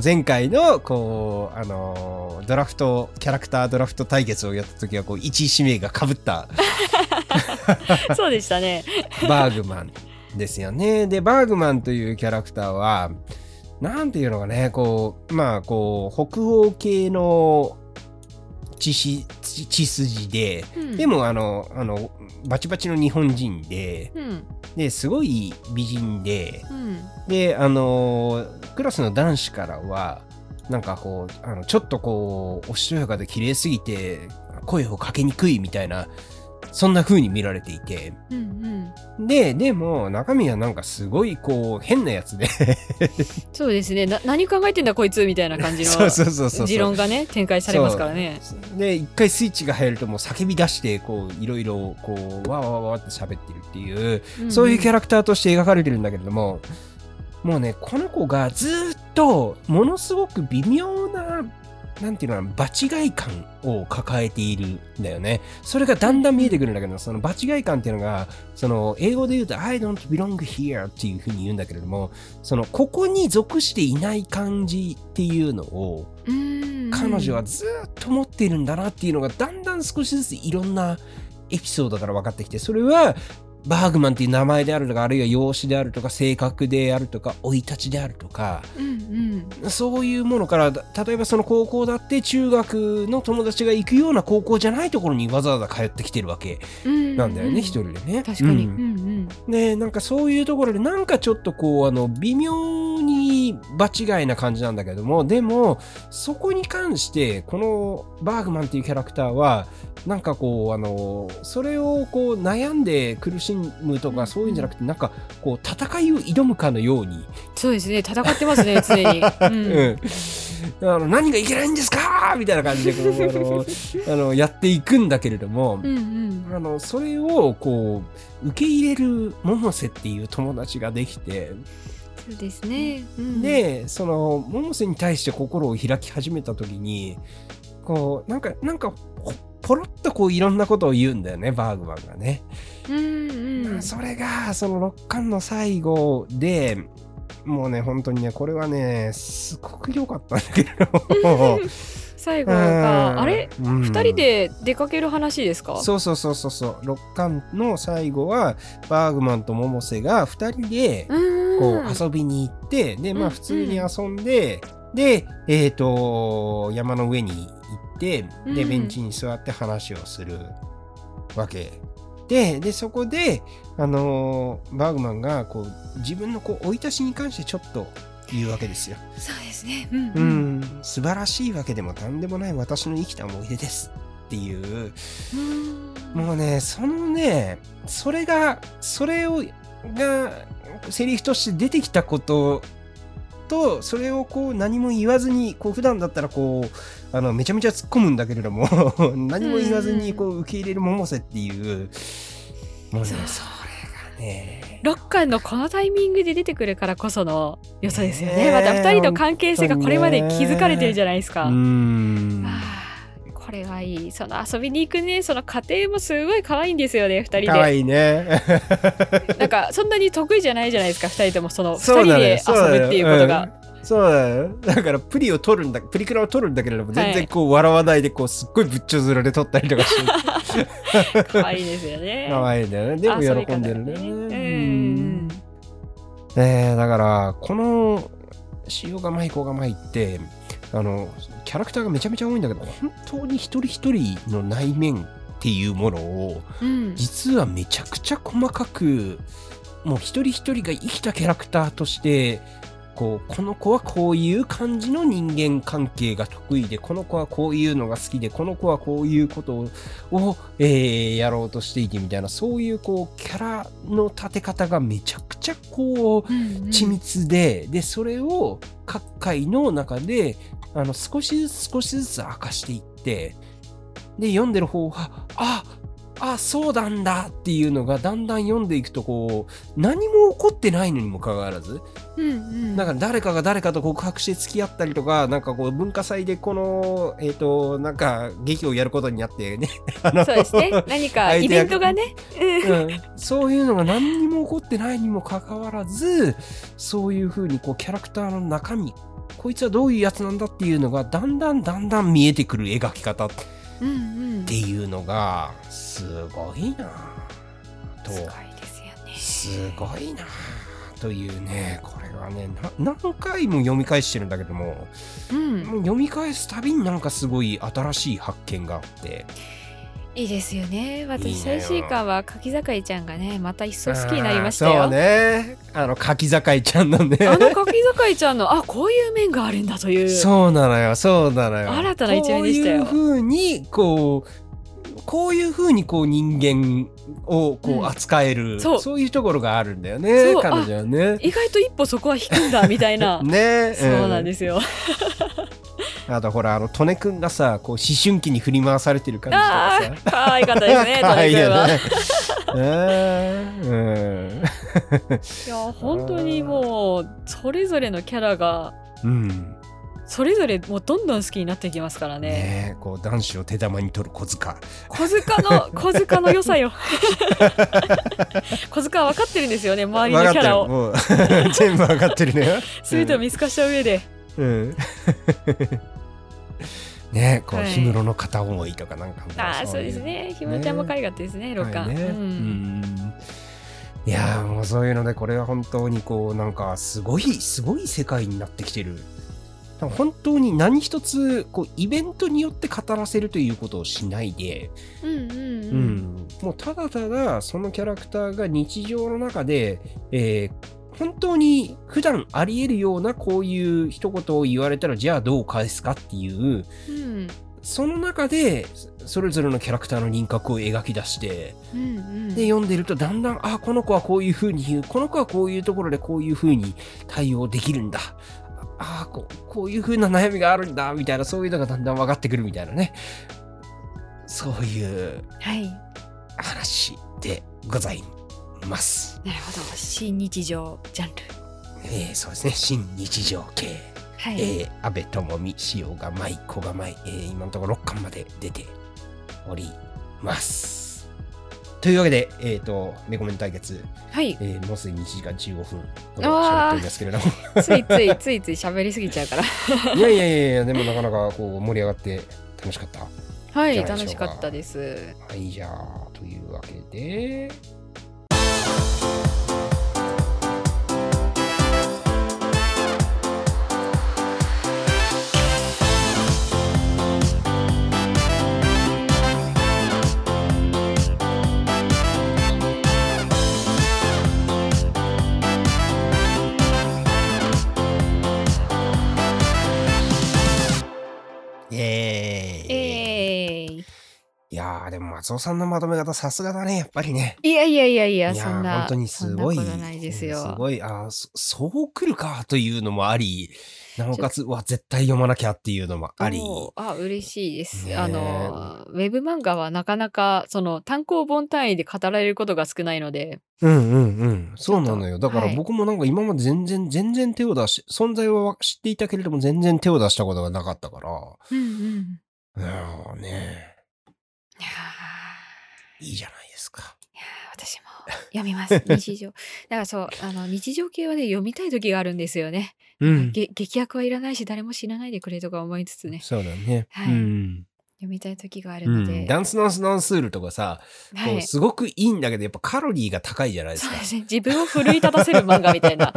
前回の、キャラクタードラフト対決をやった時は、1位指名が被った。 そうでしたね。 バーグマンですよね。で、バーグマンというキャラクターは、なんていうのかね、北欧系の血筋で、でもバチバチの日本人で、ですごい美人で、でクラスの男子からはなんかちょっとおしとやかで綺麗すぎて声をかけにくいみたいな、そんな風に見られていて、でも中身はなんかすごい変なやつでそうですね。何考えてんだこいつみたいな感じの持論がね展開されますからね。 で一回スイッチが入るともう叫び出していろいろわわわって喋ってるっていう、そういうキャラクターとして描かれてるんだけれども、もうねこの子がずっとものすごく微妙ななんていうのかな、場違い感を抱えているんだよね。それがだんだん見えてくるんだけど、その場違い感っていうのが、英語で言うと I don't belong here っていうふうに言うんだけれども、ここに属していない感じっていうのを、彼女はずっと持っているんだなっていうのが、だんだん少しずついろんなエピソードから分かってきて、それはバーグマンっていう名前であるとか、あるいは容姿であるとか、性格であるとか、生い立ちであるとか、そういうものから、例えばその高校だって中学の友達が行くような高校じゃないところにわざわざ通ってきてるわけなんだよね、一人でね。 確かに。 で、なんかそういうところでなんかちょっとこう微妙に場違いな感じなんだけども、でもそこに関してこのバーグマンっていうキャラクターはなんかこうそれをこう悩んで苦しむとかそういうんじゃなくて、なんかこう戦いを挑むかのように。 そうですね、戦ってますね、常に。 何がいけないんですかみたいな感じでこうやっていくんだけれども、それをこう受け入れる百瀬っていう友達ができて、 そうですね。 でその百瀬に対して心を開き始めた時にこうなんかポロッとこういろんなことを言うんだよね、バーグマンがね。それがその6巻の最後でもうね、本当にね、これはねすごく良かったんだけれども最後があれ、2人で出かける話ですか？ そう6巻の最後はバーグマンと百瀬が2人でこう遊びに行って、でまあ普通に遊んで、で山の上に行ってでベンチに座って話をするわけで、そこでバーグマンがこう自分のこう生い立ちに関してちょっと言うわけですよ。 そうですね。 素晴らしいわけでも何でもない私の生きた思い出ですっていう、もうね、それがセリフとして出てきたことと、それをこう何も言わずにこう普段だったらこうめちゃめちゃ突っ込むんだけれども何も言わずにこう受け入れる百瀬っていう、もうね、それがね 6巻のこのタイミングで出てくるからこその良さですよね。また2人の関係性がこれまで築かれてるじゃないですか。これがいい。その遊びに行くね、その過程もすごい可愛いんですよね、2人で。 可愛いね。 なんかそんなに得意じゃないじゃないですか、2人ともその2人で遊ぶっていうことが。 そうだよ。だからプリクラを撮るんだけれども、全然こう笑わないでこうすっごいぶっちょずらで撮ったりとかして。 可愛いですよね。 可愛いんだよね。でも喜んでるね。だからこの塩が舞子が舞ってキャラクターがめちゃめちゃ多いんだけど、本当に一人一人の内面っていうものを、実はめちゃくちゃ細かくもう一人一人が生きたキャラクターとしてこの子はこういう感じの人間関係が得意で、この子はこういうのが好きで、この子はこういうことを、やろうとしていてみたいな、そういうこうキャラの立て方がめちゃくちゃこう緻密で、それを各回の中で少しずつ明かしていって、で読んでる方はそうなんだっていうのがだんだん読んでいくとこう何も起こってないのにもかかわらず、だから誰かが誰かと告白して付き合ったりとか、なんかこう文化祭でこのなんか劇をやることになってねそうですね、何かイベントがね、 そういうのが何にも起こってないにもかかわらず、そういう風にこうキャラクターの中身、こいつはどういうやつなんだっていうのがだんだん見えてくる描き方っていうのがすごいなと、 すごいですよね。 すごいなというね、これはね何回も読み返してるんだけども、もう読み返すたびになんかすごい新しい発見があって。 いいですよね。私最新刊は柿坂ちゃんがねまた一層好きになりましたよ。 そうね、柿坂ちゃんのね柿坂ちゃんのこういう面があるんだという、 そうなのよ新たな一面でしたよ。 こういう風にこう人間をこう扱える、そういうところがあるんだよね、彼女はね。意外と一歩そこは引くんだみたいなね、 そうなんですよ。 あとほら利根くんがさこう思春期に振り回されてる感じとかさ、 可愛かったですね、利根くんは。いや本当にもうそれぞれのキャラが、それぞれもうどんどん好きになっていきますからね。 こう男子を手玉に取る小塚の良さよ。小塚は分かってるんですよね、周りのキャラを。 全部分かってるね。 全てを見透かした上で。 ね、こう氷室の片思いとかなんか、 そうですね、氷室ちゃんも可愛かったですね、6巻。 いやー、もうそういうので、これは本当にこう、なんか、すごい世界になってきてる。本当に何一つ、こう、イベントによって語らせるということをしないで、もうただただ、そのキャラクターが日常の中で、本当に普段あり得るようなこういう一言を言われたら、じゃあどう返すかっていう、その中でそれぞれのキャラクターの輪郭を描き出して、で読んでるとだんだんこの子はこういう風に言う、この子はこういうところでこういう風に対応できるんだ、こういう風な悩みがあるんだみたいな、そういうのがだんだん分かってくるみたいなね、そういう話でございます。 なるほど、新日常ジャンル。そうですね、新日常系。安部智美、塩が舞、小が舞、今のところ6巻まで出ております。というわけで、メコメン対決、もうすでに1時間15分ほど喋っておりますけれどもつい喋りすぎちゃうからいや、でもなかなかこう盛り上がって楽しかった。 はい、楽しかったです。 はい、じゃあ、というわけで、いやー、でも松尾さんのまとめ方さすがだね、やっぱりね。 いや、そんな本当にすごい、 ないですよ。 すごい、そう来るかというのもあり、なおかつ、絶対読まなきゃっていうのもあり。 嬉しいです。ウェブ漫画はなかなか、その単行本単位で語られることが少ないので。 そうなのよ。だから僕もなんか今まで全然手を出し、存在は知っていたけれども全然手を出したことがなかったから。ね。いいじゃないですか。 私も読みます。日常。だからそう、日常系はね、読みたい時があるんですよね。劇薬はいらないし、誰も死なないでくれとか思いつつね。 そうだね。 読みたい時があるので。 ダンスノンスールとかさ、すごくいいんだけど、やっぱカロリーが高いじゃないですか。 そうですね。自分を奮い立たせる漫画みたいな。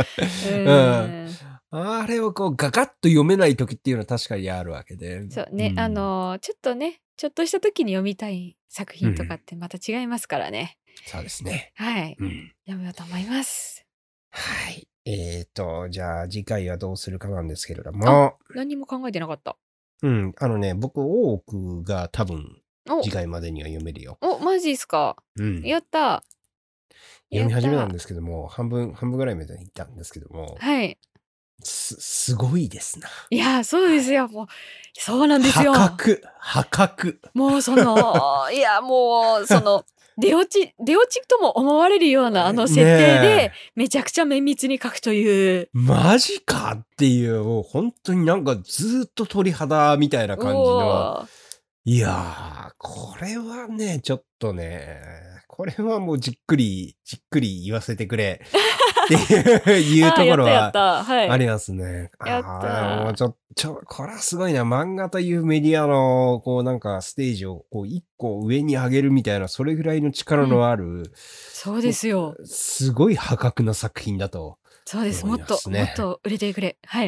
あれをこうガガッと読めない時っていうのは確かにあるわけで。 そうね、ちょっとした時に読みたい作品とかってまた違いますからね。 そうですね。 読むと思います。 はい。じゃあ次回はどうするかなんですけれども。 何も考えてなかった。 僕、多くが多分次回までには読めるよ。 マジっすか。やった。 読み始めなんですけども、半分ぐらいまで行ったんですけども。すごいですな。 いや、そうですよ。もう、そうなんですよ。 破格。 もういや、もう、出落ちとも思われるような設定で、めちゃくちゃ綿密に書くという。 マジかっていう、もう本当になんかずっと鳥肌みたいな感じの。いやー、これはね、ちょっとね、これはもうじっくり言わせてくれっていうところはありますね。もうこれはすごいな。漫画というメディアの、こうなんかステージをこう一個上に上げるみたいな、それぐらいの力のある。 そうですよ。 すごい破格な作品だと。 そうです。もっと売れてくれ。はい。い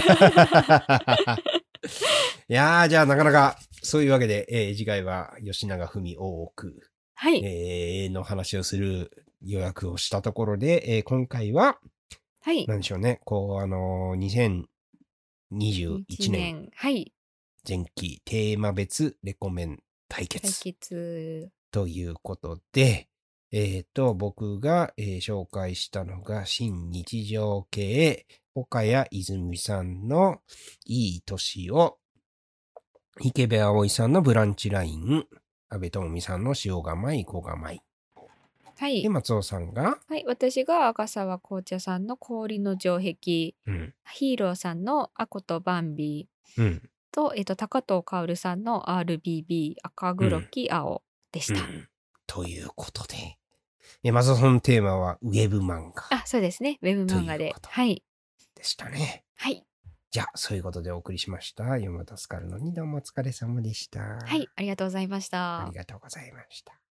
やー、じゃあなかなか、そういうわけで、次回は吉永文大奥、の話をする予約をしたところで、今回は、なんでしょうね、こう、2021年、前期テーマ別レコメン対決ということで、僕が、紹介したのが、新日常系、岡谷泉さんのいい年を、池部葵さんのブランチライン、安部智美さんの塩構い、小構い。で、松尾さんが私が赤沢紅茶さんの氷の城壁、ヒーローさんのアコとバンビー、と、高藤薫さんの RBB、赤黒き青でした。 ということで、松尾さんのテーマはウェブ漫画。 そうですね。ウェブ漫画で。 でしたね。じゃあ、そういうことでお送りしました。読む助かるのにどうもお疲れ様でした。 ありがとうございました。 ありがとうございました。